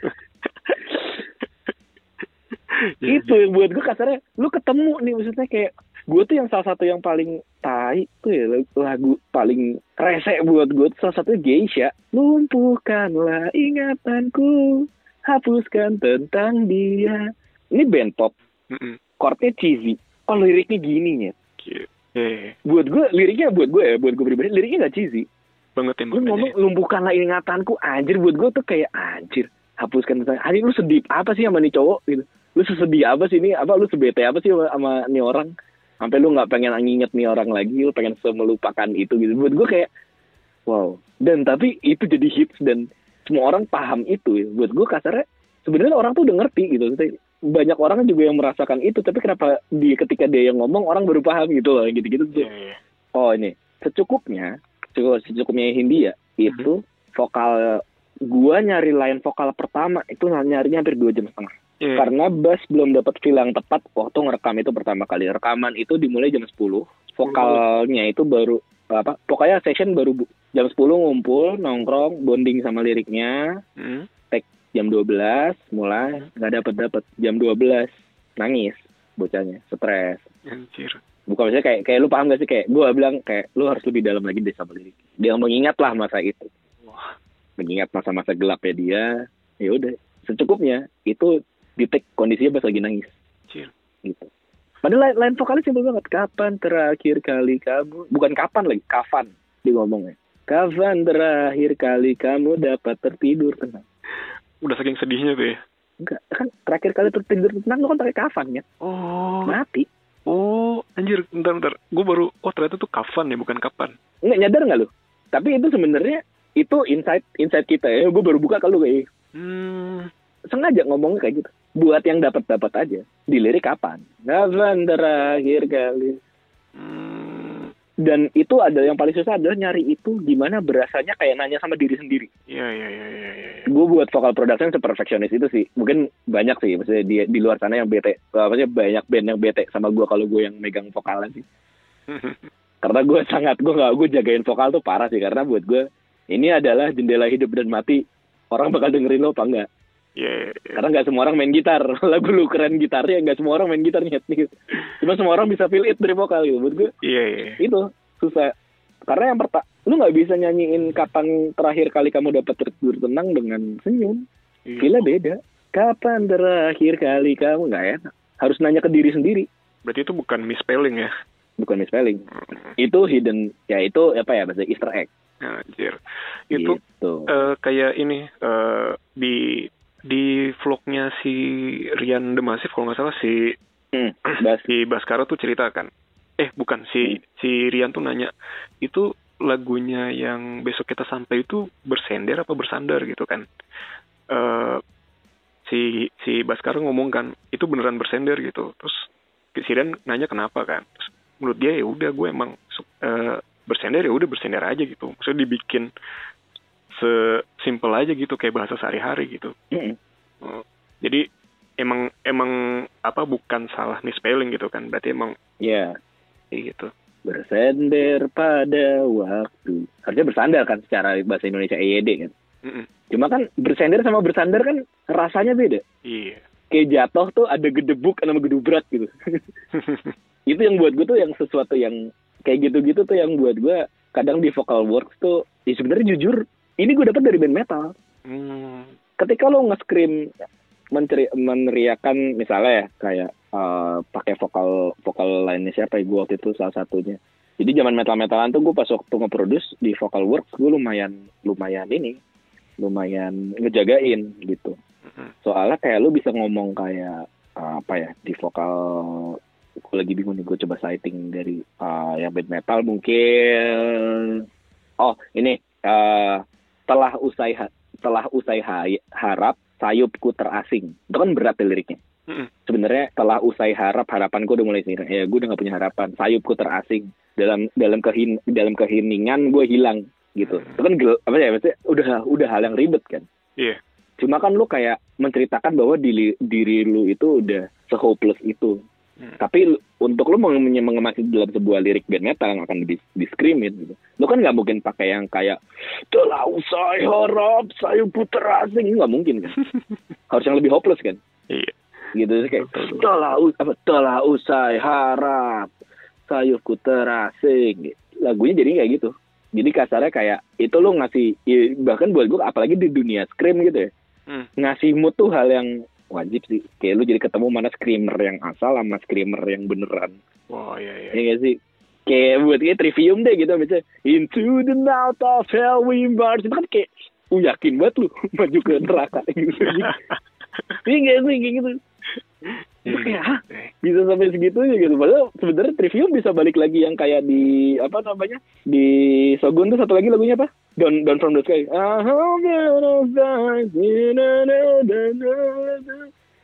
Itu yang buat gue kasarnya, lu ketemu nih maksudnya kayak gue tuh yang salah satu yang paling tai tuh ya lagu paling rese buat gue tuh salah satunya Geisha. Lumpuhkanlah ingatanku, hapuskan tentang dia. Ini band pop, chordnya cheesy. Oh liriknya gini ya. Yeah. Buat gue liriknya buat gue ya buat gue pribadi liriknya nggak cheesy banget ya. Gue ngomong lumpuhkanlah ingatanku, anjir buat gue tuh kayak anjir hapuskan tentang. Anjir lu sedih apa sih sama nih cowok gitu? Lu sesedih apa sih ini? Apa lu sebete apa sih sama, sama nih orang? Sampai lu nggak pengen nginget nih orang lagi, lu pengen semelupakan itu gitu. Buat gue kayak wow. Dan tapi itu jadi hits dan semua orang paham itu. Ya. Buat gue kasarnya sebenarnya orang tuh udah ngerti gitu. banyak orang juga yang merasakan itu, tapi kenapa di ketika dia yang ngomong orang baru paham gitu loh, gitu-gitu tuh. Yeah, yeah. Oh ini secukupnya, cukup secukupnya Hindia itu mm-hmm. vokal gua nyari line vokal pertama itu nyarinya hampir dua jam setengah. Yeah. Karena bass belum dapat feel yang tepat waktu ngerekam itu pertama kali. Rekaman itu dimulai jam sepuluh, vokalnya itu baru apa? Pokoknya session baru jam sepuluh ngumpul, nongkrong, bonding sama liriknya. Mm. Jam dua belas mulai nggak dapet dapet jam dua belas nangis bocahnya, stres. Anjir. Bukan maksudnya kayak kayak lu paham gak sih, kayak gue bilang kayak lu harus lebih dalam lagi deh sama lirik. Dia mengingat lah masa itu. Wah. Mengingat masa-masa gelapnya dia. Ya udah secukupnya itu di take kondisinya pas lagi nangis. Anjir. Gitu. Padahal line vokalnya simpel banget. Kapan terakhir kali kamu, bukan kapan lagi, kapan dia ngomongnya. Kapan terakhir kali kamu dapat tertidur tenang. Udah saking sedihnya tuh ya? Enggak, kan terakhir kali tertidur tenang lo kan pakai kafan ya? Oh. Mati. Oh, anjir, bentar-bentar. Gue baru, oh ternyata tuh kafan ya, bukan kapan. Enggak, nyadar nggak lo? Tapi itu sebenarnya, itu insight insight kita ya. Gue baru buka kalau kayak hmm. sengaja ngomongnya kayak gitu. Buat yang dapat-dapat aja. Dilirik kapan? Kapan terakhir kali? Hmm. Dan itu ada yang paling susah adalah nyari itu gimana berasanya kayak nanya sama diri sendiri. Iya, iya, iya, iya. Ya. Gue buat vokal production seperfeksionis itu sih. Mungkin banyak sih, maksudnya di, di luar sana yang bete. Maksudnya banyak band yang bete sama gue kalau gue yang megang vokalan sih. Karena gue sangat, gue gak, gue jagain vokal tuh parah sih. Karena buat gue, ini adalah jendela hidup dan mati. Orang bakal dengerin lo apa enggak. Yeah, yeah. Karena nggak semua orang main gitar. Lagu lu keren gitarnya, nggak semua orang main gitar nyet gitu. Cuma semua orang bisa feel it dari vokal gitu. Buat gue, yeah, yeah. itu susah. Karena yang pertama, lu nggak bisa nyanyiin kapan terakhir kali kamu dapat tertidur tenang dengan senyum. Yeah. Feelnya beda. Kapan terakhir kali kamu, nggak enak. Harus nanya ke diri sendiri. Berarti itu bukan misspelling ya? Bukan misspelling. Hmm. Itu hidden, ya itu apa ya bahasa Easter egg. Anjir. Itu gitu. uh, kayak ini uh, di di vlognya si Rian The Massive kalau nggak salah si hmm, Bas. si Baskara tuh ceritakan, eh bukan si hmm. si Rian tuh nanya itu lagunya yang besok kita sampai itu bersender apa bersandar gitu kan, uh, si si Baskara ngomong kan itu beneran bersender gitu, terus si Rian nanya kenapa kan, terus menurut dia ya udah gue emang uh, bersender ya udah bersender aja gitu, maksudnya dibikin sesimpel aja gitu kayak bahasa sehari-hari gitu. Mm. Uh, jadi emang emang apa bukan salah misspelling gitu kan, berarti emang ya yeah. gitu. Bersender pada waktu, harusnya bersandar kan secara bahasa Indonesia E Y D kan. Mm-mm. Cuma kan bersender sama bersandar kan rasanya beda. Iya. Yeah. Kayak jatuh tuh ada gedebuk sama gedubrak gitu. Itu yang buat gue tuh yang sesuatu yang kayak gitu-gitu tuh yang buat gue kadang di vocal works tuh ya sebenarnya jujur ini gue dapat dari band metal. Hmm. Ketika lo nge-scream menteri- meneriakan misalnya ya kayak uh, pakai vokal vokal lainnya siapa ya gue waktu itu salah satunya. Jadi zaman metal-metalan tuh gue pas waktu nge-produce di vocal works gue lumayan lumayan ini lumayan ngejagain gitu. Hmm. Soalnya kayak lo bisa ngomong kayak uh, apa ya di vokal, gue lagi bingung nih gue coba citing dari uh, yang band metal mungkin. Oh ini. Uh, Telah usai ha- telah usai ha- harap sayupku terasing. Itu kan berat ya liriknya. Mm-hmm. Sebenarnya telah usai harap harapanku udah mulai sini. Ya gue udah gak punya harapan. Sayupku terasing dalam dalam kehin dalam keheningan gue hilang gitu. Mm-hmm. Itu kan gel- apa ya maksudnya udah udah hal yang ribet kan. Iya. Yeah. Cuma kan lu kayak menceritakan bahwa diri diri lu itu udah se-hopeless itu. Hmm. Tapi untuk lo mengemaskan dalam sebuah lirik band metal yang akan di-screamin gitu. Lo kan nggak mungkin pakai yang kayak telah usai harap saya puter asing, nggak mungkin kan. Harus yang lebih hopeless kan. Iya. Gitu sih kayak telah apa telah usai harap saya puter asing. Lagunya jadi kayak gitu. Jadi kasarnya kayak itu lo ngasih ya, bahkan buat gue apalagi di dunia scream gitu ya. Hmm. Ngasih mood tuh hal yang wajib sih, kayak lu jadi ketemu mana screamer yang asal sama screamer yang beneran. Oh iya iya. Iya gak sih? Kayak buat kayak trivium deh gitu misalnya. Into the night of hell we march. Itu kan kayak, uh yakin banget lu maju ke neraka gitu. Iya gak sih kayak gitu. Itu kayak, hah? Bisa sampai segitunya gitu. Padahal sebenarnya trivium bisa balik lagi yang kayak di, apa namanya? Di Shogun tuh satu lagi lagunya apa? Down, Down from the Sky.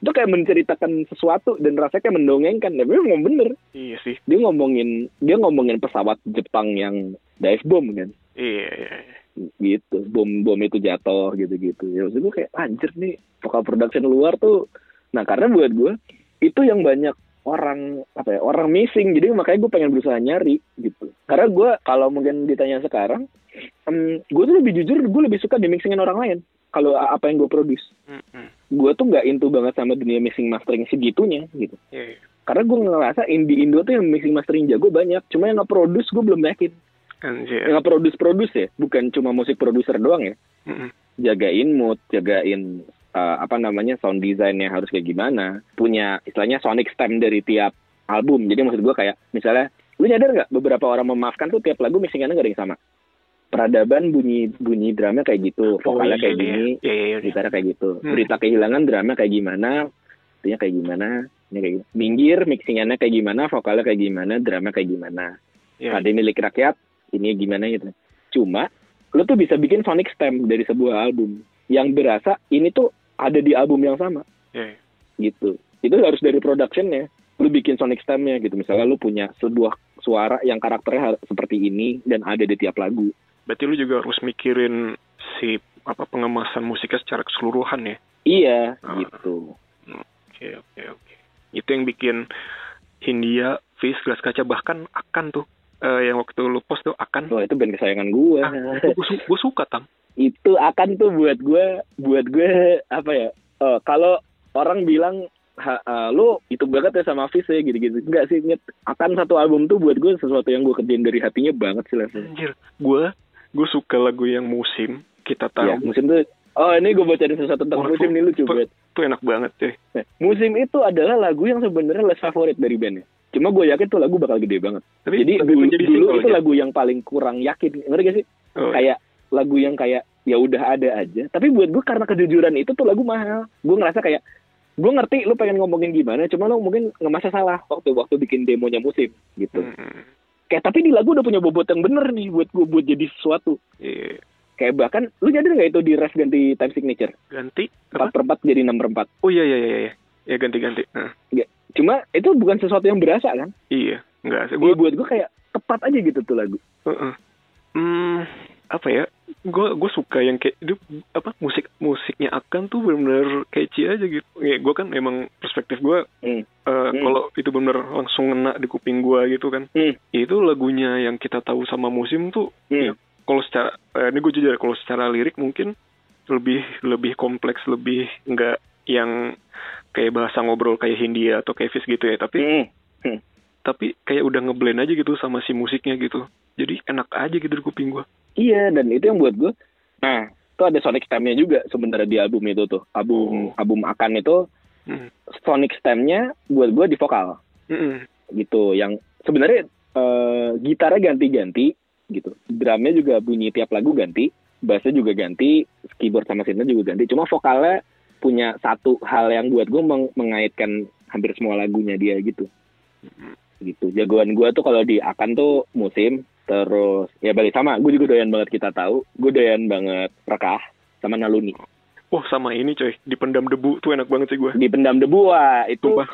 itu kayak menceritakan sesuatu dan rasanya kayak mendongengkan. Tapi memang bener. Iya sih. Dia ngomongin dia ngomongin pesawat Jepang yang dive bomb kan. Iya, iya, iya. Gitu, bom bom itu jatuh gitu-gitu. Ya maksud gue kayak anjir nih vokal production luar tuh. Nah karena buat gue itu yang banyak orang apa ya orang missing, jadi makanya gue pengen berusaha nyari gitu. Karena gue kalau mungkin ditanya sekarang, um, gue tuh lebih jujur, gue lebih suka di mixingin orang lain kalau apa yang gue produce. Mm-hmm. Gue tuh nggak into banget sama dunia mixing mastering segitunya gitu. Yeah, yeah. Karena gue ngerasa di Indo tuh yang mixing mastering jago banyak, cuma yang nge-produce gue belum yakin. Anjir. Yang nge-produce-produce ya, bukan cuma musik produser doang ya. Mm-hmm. Jagain mood, jagain Uh, apa namanya sound design-nya harus kayak gimana, punya istilahnya sonic stem dari tiap album. Jadi maksud gue kayak misalnya lu nyadar nggak beberapa orang memaafkan tuh tiap lagu mixingannya nggak ada yang sama. Peradaban bunyi bunyi drama kayak gitu, vokalnya oh, iya, kayak gini, iya, iya, iya. gitarnya kayak gitu. Hmm. Berita kehilangan drama kayak gimana, artinya kayak gimana, ini kayak gitu. Minggir mixingannya kayak gimana, vokalnya kayak gimana, drama kayak gimana. Yeah. Ada milik rakyat, ini gimana gitu. Cuma lu tuh bisa bikin sonic stem dari sebuah album yang berasa ini tuh ada di album yang sama, yeah. gitu. Itu harus dari productionnya. Lu bikin sonic stemnya gitu. Misalnya lu punya sebuah suara yang karakternya seperti ini dan ada di tiap lagu. Berarti lu juga harus mikirin si apa pengemasan musiknya secara keseluruhan ya? Iya, ah. gitu. Oke, oke, oke. Itu yang bikin Hindia, Fish, Gelas Kaca bahkan Akan tuh uh, yang waktu lu post tuh Akan. Oh, itu band kesayangan gue. Ah, gue su- gue suka Tam. Itu Akan tuh buat gue buat gue apa ya oh, kalau orang bilang ha, uh, lo itu banget ya sama Fish ya gitu-gitu enggak sih nyet. Akan satu album tuh buat gue sesuatu yang gue kerjain dari hatinya banget sih levelnya. Anjir gue gue suka lagu yang musim kita tahu ya, musim tuh oh ini gue bacain sesuatu tentang oh, musim nih lucu banget tuh enak banget deh. Nah, musim itu adalah lagu yang sebenarnya less favorit dari bandnya. Cuma gue yakin tuh lagu bakal gede banget. Tapi, jadi dulu, dulu itu aja. Lagu yang paling kurang yakin ngerti gak sih oh, kayak lagu yang kayak ya udah ada aja. Tapi buat gue karena kejujuran itu tuh lagu mahal. Gue ngerasa kayak gue ngerti lu pengen ngomongin gimana, cuma lu mungkin ngemasa salah waktu waktu bikin demonya musim gitu. Hmm. Kayak tapi di lagu udah punya bobot yang bener nih buat gue buat jadi sesuatu. Yeah. Kayak bahkan lu nyadar nggak itu di ref ganti time signature? Ganti empat per empat jadi enam per empat. Oh iya iya iya iya. Ya ganti-ganti. Nah. Ya, cuma itu bukan sesuatu yang berasa kan? Iya, enggak sih. Gua... Buat gue kayak tepat aja gitu tuh lagu. Uh-uh. Hmm, apa ya? Gue gue suka yang kayak itu apa musik musiknya Akan tuh benar-benar catchy aja gitu. Ya, gue kan emang perspektif gue hmm. uh, hmm. kalau itu benar langsung ngena di kuping gue gitu kan. Hmm. Itu lagunya yang kita tahu sama musim tuh. Hmm. Ya, kalau secara eh, ini gue jujur kalau secara lirik mungkin lebih lebih kompleks, lebih enggak yang kayak bahasa ngobrol kayak Hindia atau kayak Fish gitu ya. Tapi hmm. Hmm. tapi kayak udah ngeblend aja gitu sama si musiknya gitu. Jadi enak aja gitu di kuping gue. Iya, dan itu yang buat gue. Nah, itu ada sonic stem-nya juga sebenarnya di album itu tuh. Album oh. album Akan itu hmm. sonic stem-nya buat gue di vokal. Hmm. Gitu, yang sebenarnya uh, gitarnya ganti-ganti gitu. Drumnya juga bunyi tiap lagu ganti, bassnya juga ganti, keyboard sama synth juga ganti. Cuma vokalnya punya satu hal yang buat gue meng- mengaitkan hampir semua lagunya dia gitu. Hmm. Gitu. Jagoan gue tuh kalau di Akan tuh musim. Terus ya balik sama, gue juga doyan banget Kita Tahu, gue doyan banget Rekah sama Naluni. Oh sama ini coy, Dipendam Debu tuh enak banget sih gue. Dipendam Debu, wah itu Sumpah.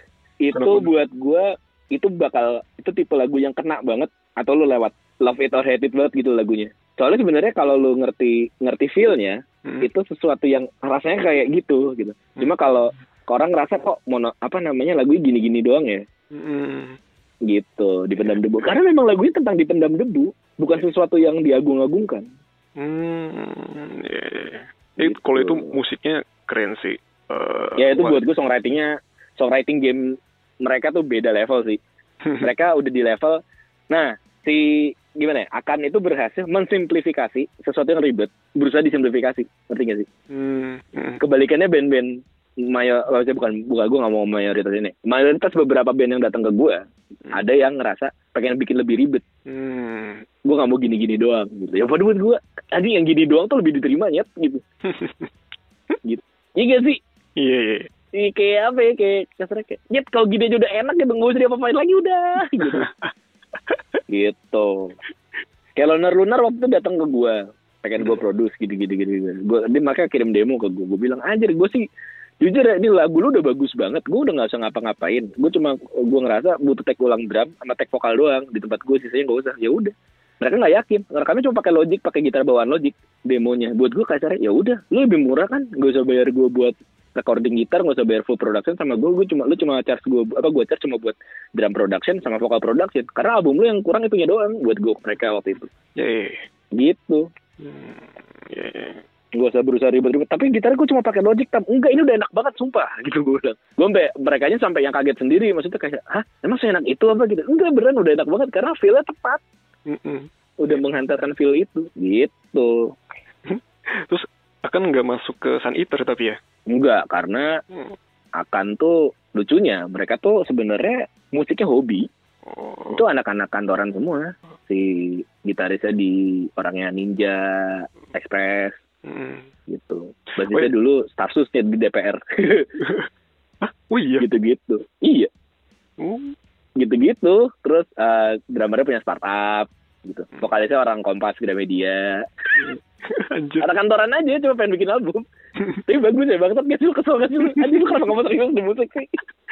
Itu Kenapa? Buat gue itu bakal itu tipe lagu yang kena banget atau lu lewat love it or hate it banget gitu lagunya. Soalnya sebenarnya kalau lu ngerti ngerti feel-nya hmm. itu sesuatu yang rasanya kayak gitu gitu. Hmm. Cuma kalau orang ngerasa kok mono apa namanya lagunya gini-gini doang ya. Hmm. Gitu, Dipendam Debu. Karena memang lagunya tentang dipendam debu, bukan sesuatu yang diagung-agungkan. Hmm, ya, ya, ya. Gitu. Kalau itu musiknya keren sih. Uh, ya itu buat gue songwritingnya, songwriting game mereka tuh beda level sih. Mereka udah di level. Nah, si gimana ya? Akan itu berhasil mensimplifikasi sesuatu yang ribet, berusaha disimplifikasi. Ngerti gak sih? Hmm, hmm. Kebalikannya band-band mayor, bukan bukan gue nggak mau mayoritas ini. Mayoritas beberapa band yang datang ke gue, hmm. ada yang ngerasa pengen bikin lebih ribet. Hmm. Gue nggak mau gini-gini doang, gitu. Ya pada buat gue, tadi yang gini doang tuh lebih diterima nyet, gitu. Gitu. Iya gak sih? Iya iya. Iya kayak apa ya, kayak kasarnya kayak, nyet kalau gini aja udah enak gitu, nggak usah diapa-apain lagi udah. Gitu. Gitu. Kayak Lunar Lunar waktu itu datang ke gue, pengen gue produce gitu-gitu gitu. Gue dia makanya kirim demo ke gue. Gue bilang anjir gue sih Jujur ya, ini lagu lu udah bagus banget. Gue udah nggak usah ngapa-ngapain. Gue cuma gue ngerasa butuh take ulang drum sama take vokal doang di tempat gue, sisanya nggak usah. Ya udah. Mereka nggak yakin. Rekamnya cuma pakai Logic, pakai gitar bawaan Logic demonya. Buat gue kasarnya, ya udah, lu lebih murah kan, nggak usah bayar gue buat recording gitar, nggak usah bayar full production sama gue. Gue cuma, lu cuma charge gue, apa gue charge cuma buat drum production sama vokal production. Karena album lu yang kurang itunya doang buat gue mereka waktu itu. Yeah. Gitu. Hmm, yeah. Gak usah berusaha ribet-ribet. Tapi gitar gue cuma pakai Logic, tam. Enggak, ini udah enak banget, sumpah. Gitu gue bilang. Gue sampai mereka sampai yang kaget sendiri. Maksudnya kayak, hah, emang seenak itu apa gitu? Enggak, beneran udah enak banget karena feel-nya tepat. Mm-mm. Udah menghantarkan feel itu, gitu. Terus akan nggak masuk ke Sun Eater tapi ya? Enggak, karena hmm. akan tuh lucunya mereka tuh sebenarnya musiknya hobi. Oh. Itu anak-anak kantoran semua. Si gitarisnya di orangnya Ninja Express, hmm. gitu. Basisnya dulu staf susnya di D P R. Hah? Oh iya? Gitu-gitu. Iya. Hmm. Gitu-gitu. Terus uh, drummernya punya startup. Gitu. Vokalisnya orang Kompas Gramedia. Anjir. Anak kantoran aja cuma pengen bikin album. Tapi bagus ya, bangsat gak sih lu, kesel gak sih lu? Anjir, lu kenapa ngomong serius di musik sih?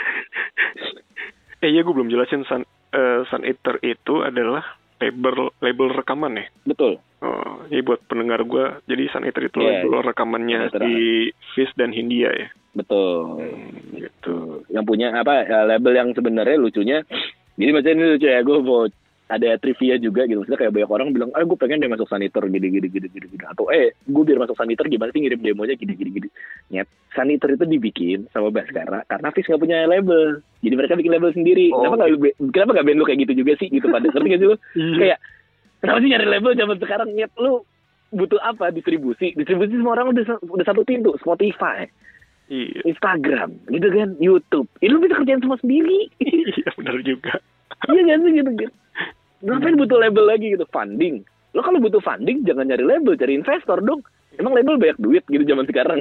Eh iya, gue belum jelasin. Sun, uh, Sun Eater itu adalah label label rekaman ya? Betul. Oh, ini buat pendengar gue, jadi Sun Eater itu yeah, label rekamannya yeah. di Fish dan Hindia ya? Betul. Hmm, gitu. Yang punya apa, label yang sebenarnya lucunya, jadi maksudnya ini lucu ya, gue mau ada trivia juga gitu. Maksudnya kayak banyak orang bilang, ah gue pengen deh masuk Sun Eater gini gini gini gini gini, atau eh gue biar masuk Sun Eater gimana sih ngirim demonya gini gini gini. Nyet, Sun Eater itu dibikin sama Baskara karena Fish nggak punya label, jadi mereka bikin label sendiri. Oh. Kenapa nggak lu kenapa nggak band lu kayak gitu juga sih gitu, pada ngerti gak sih lu? Kayak kenapa sih nyari label zaman sekarang? Nyet, lu butuh apa? Distribusi distribusi semua orang udah udah satu pintu, Spotify, iya. Instagram gitu kan, YouTube. Ini lu bisa kerjain semua sendiri. Iya benar juga. Iya kan sih gitu gitu. Ngapain butuh label lagi gitu? Funding. Lo kalau butuh funding jangan nyari label, cari investor dong. Emang label banyak duit gitu zaman sekarang.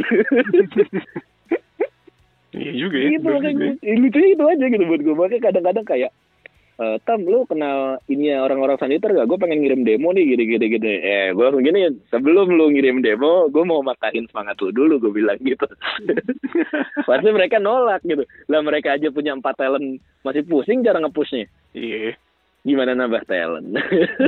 Iya juga ya. Gitu, makanya lucunya itu aja gitu buat gue. Makanya kadang-kadang kayak, e, Tam, lu kenal ini orang-orang Sun Eater gak? Gue pengen ngirim demo nih gini-gini gini. Eh, gue langsung gini, sebelum lu ngirim demo, gue mau matahin semangat lu dulu, gue bilang gitu. Pasti mereka nolak gitu. Lah mereka aja punya empat talent, masih pusing cara nge-pushnya. Iya. Gimana nambah talent?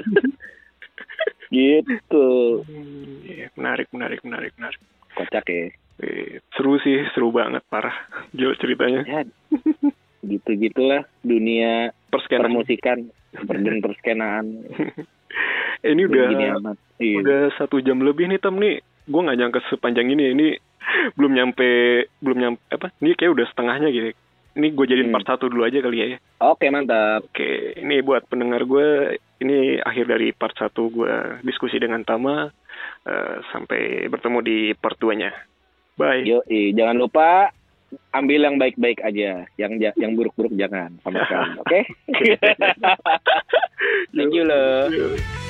Gitu. Hmm, iya, menarik, menarik, menarik, menarik. Kocak ya. Eh, seru sih, seru banget, parah. Gila ceritanya. Ya, gitu-gitulah dunia perskenan. Permusikan, dan perskenaan. Eh, ini udah iya. udah satu jam lebih nih, Tam nih. Gue nggak nyangka sepanjang ini. Ini belum nyampe, belum nyampe apa? Ini kayak udah setengahnya gitu. Ini gue jadiin part satu dulu aja kali ya. Oke, mantap. Oke, ini buat pendengar gue, ini akhir dari part satu gue diskusi dengan Tama. Uh, sampai bertemu di part dua-nya. Bye. Yo, jangan lupa ambil yang baik-baik aja. Yang yang buruk-buruk jangan sama sekali. Oke? Okay? Thank you loh.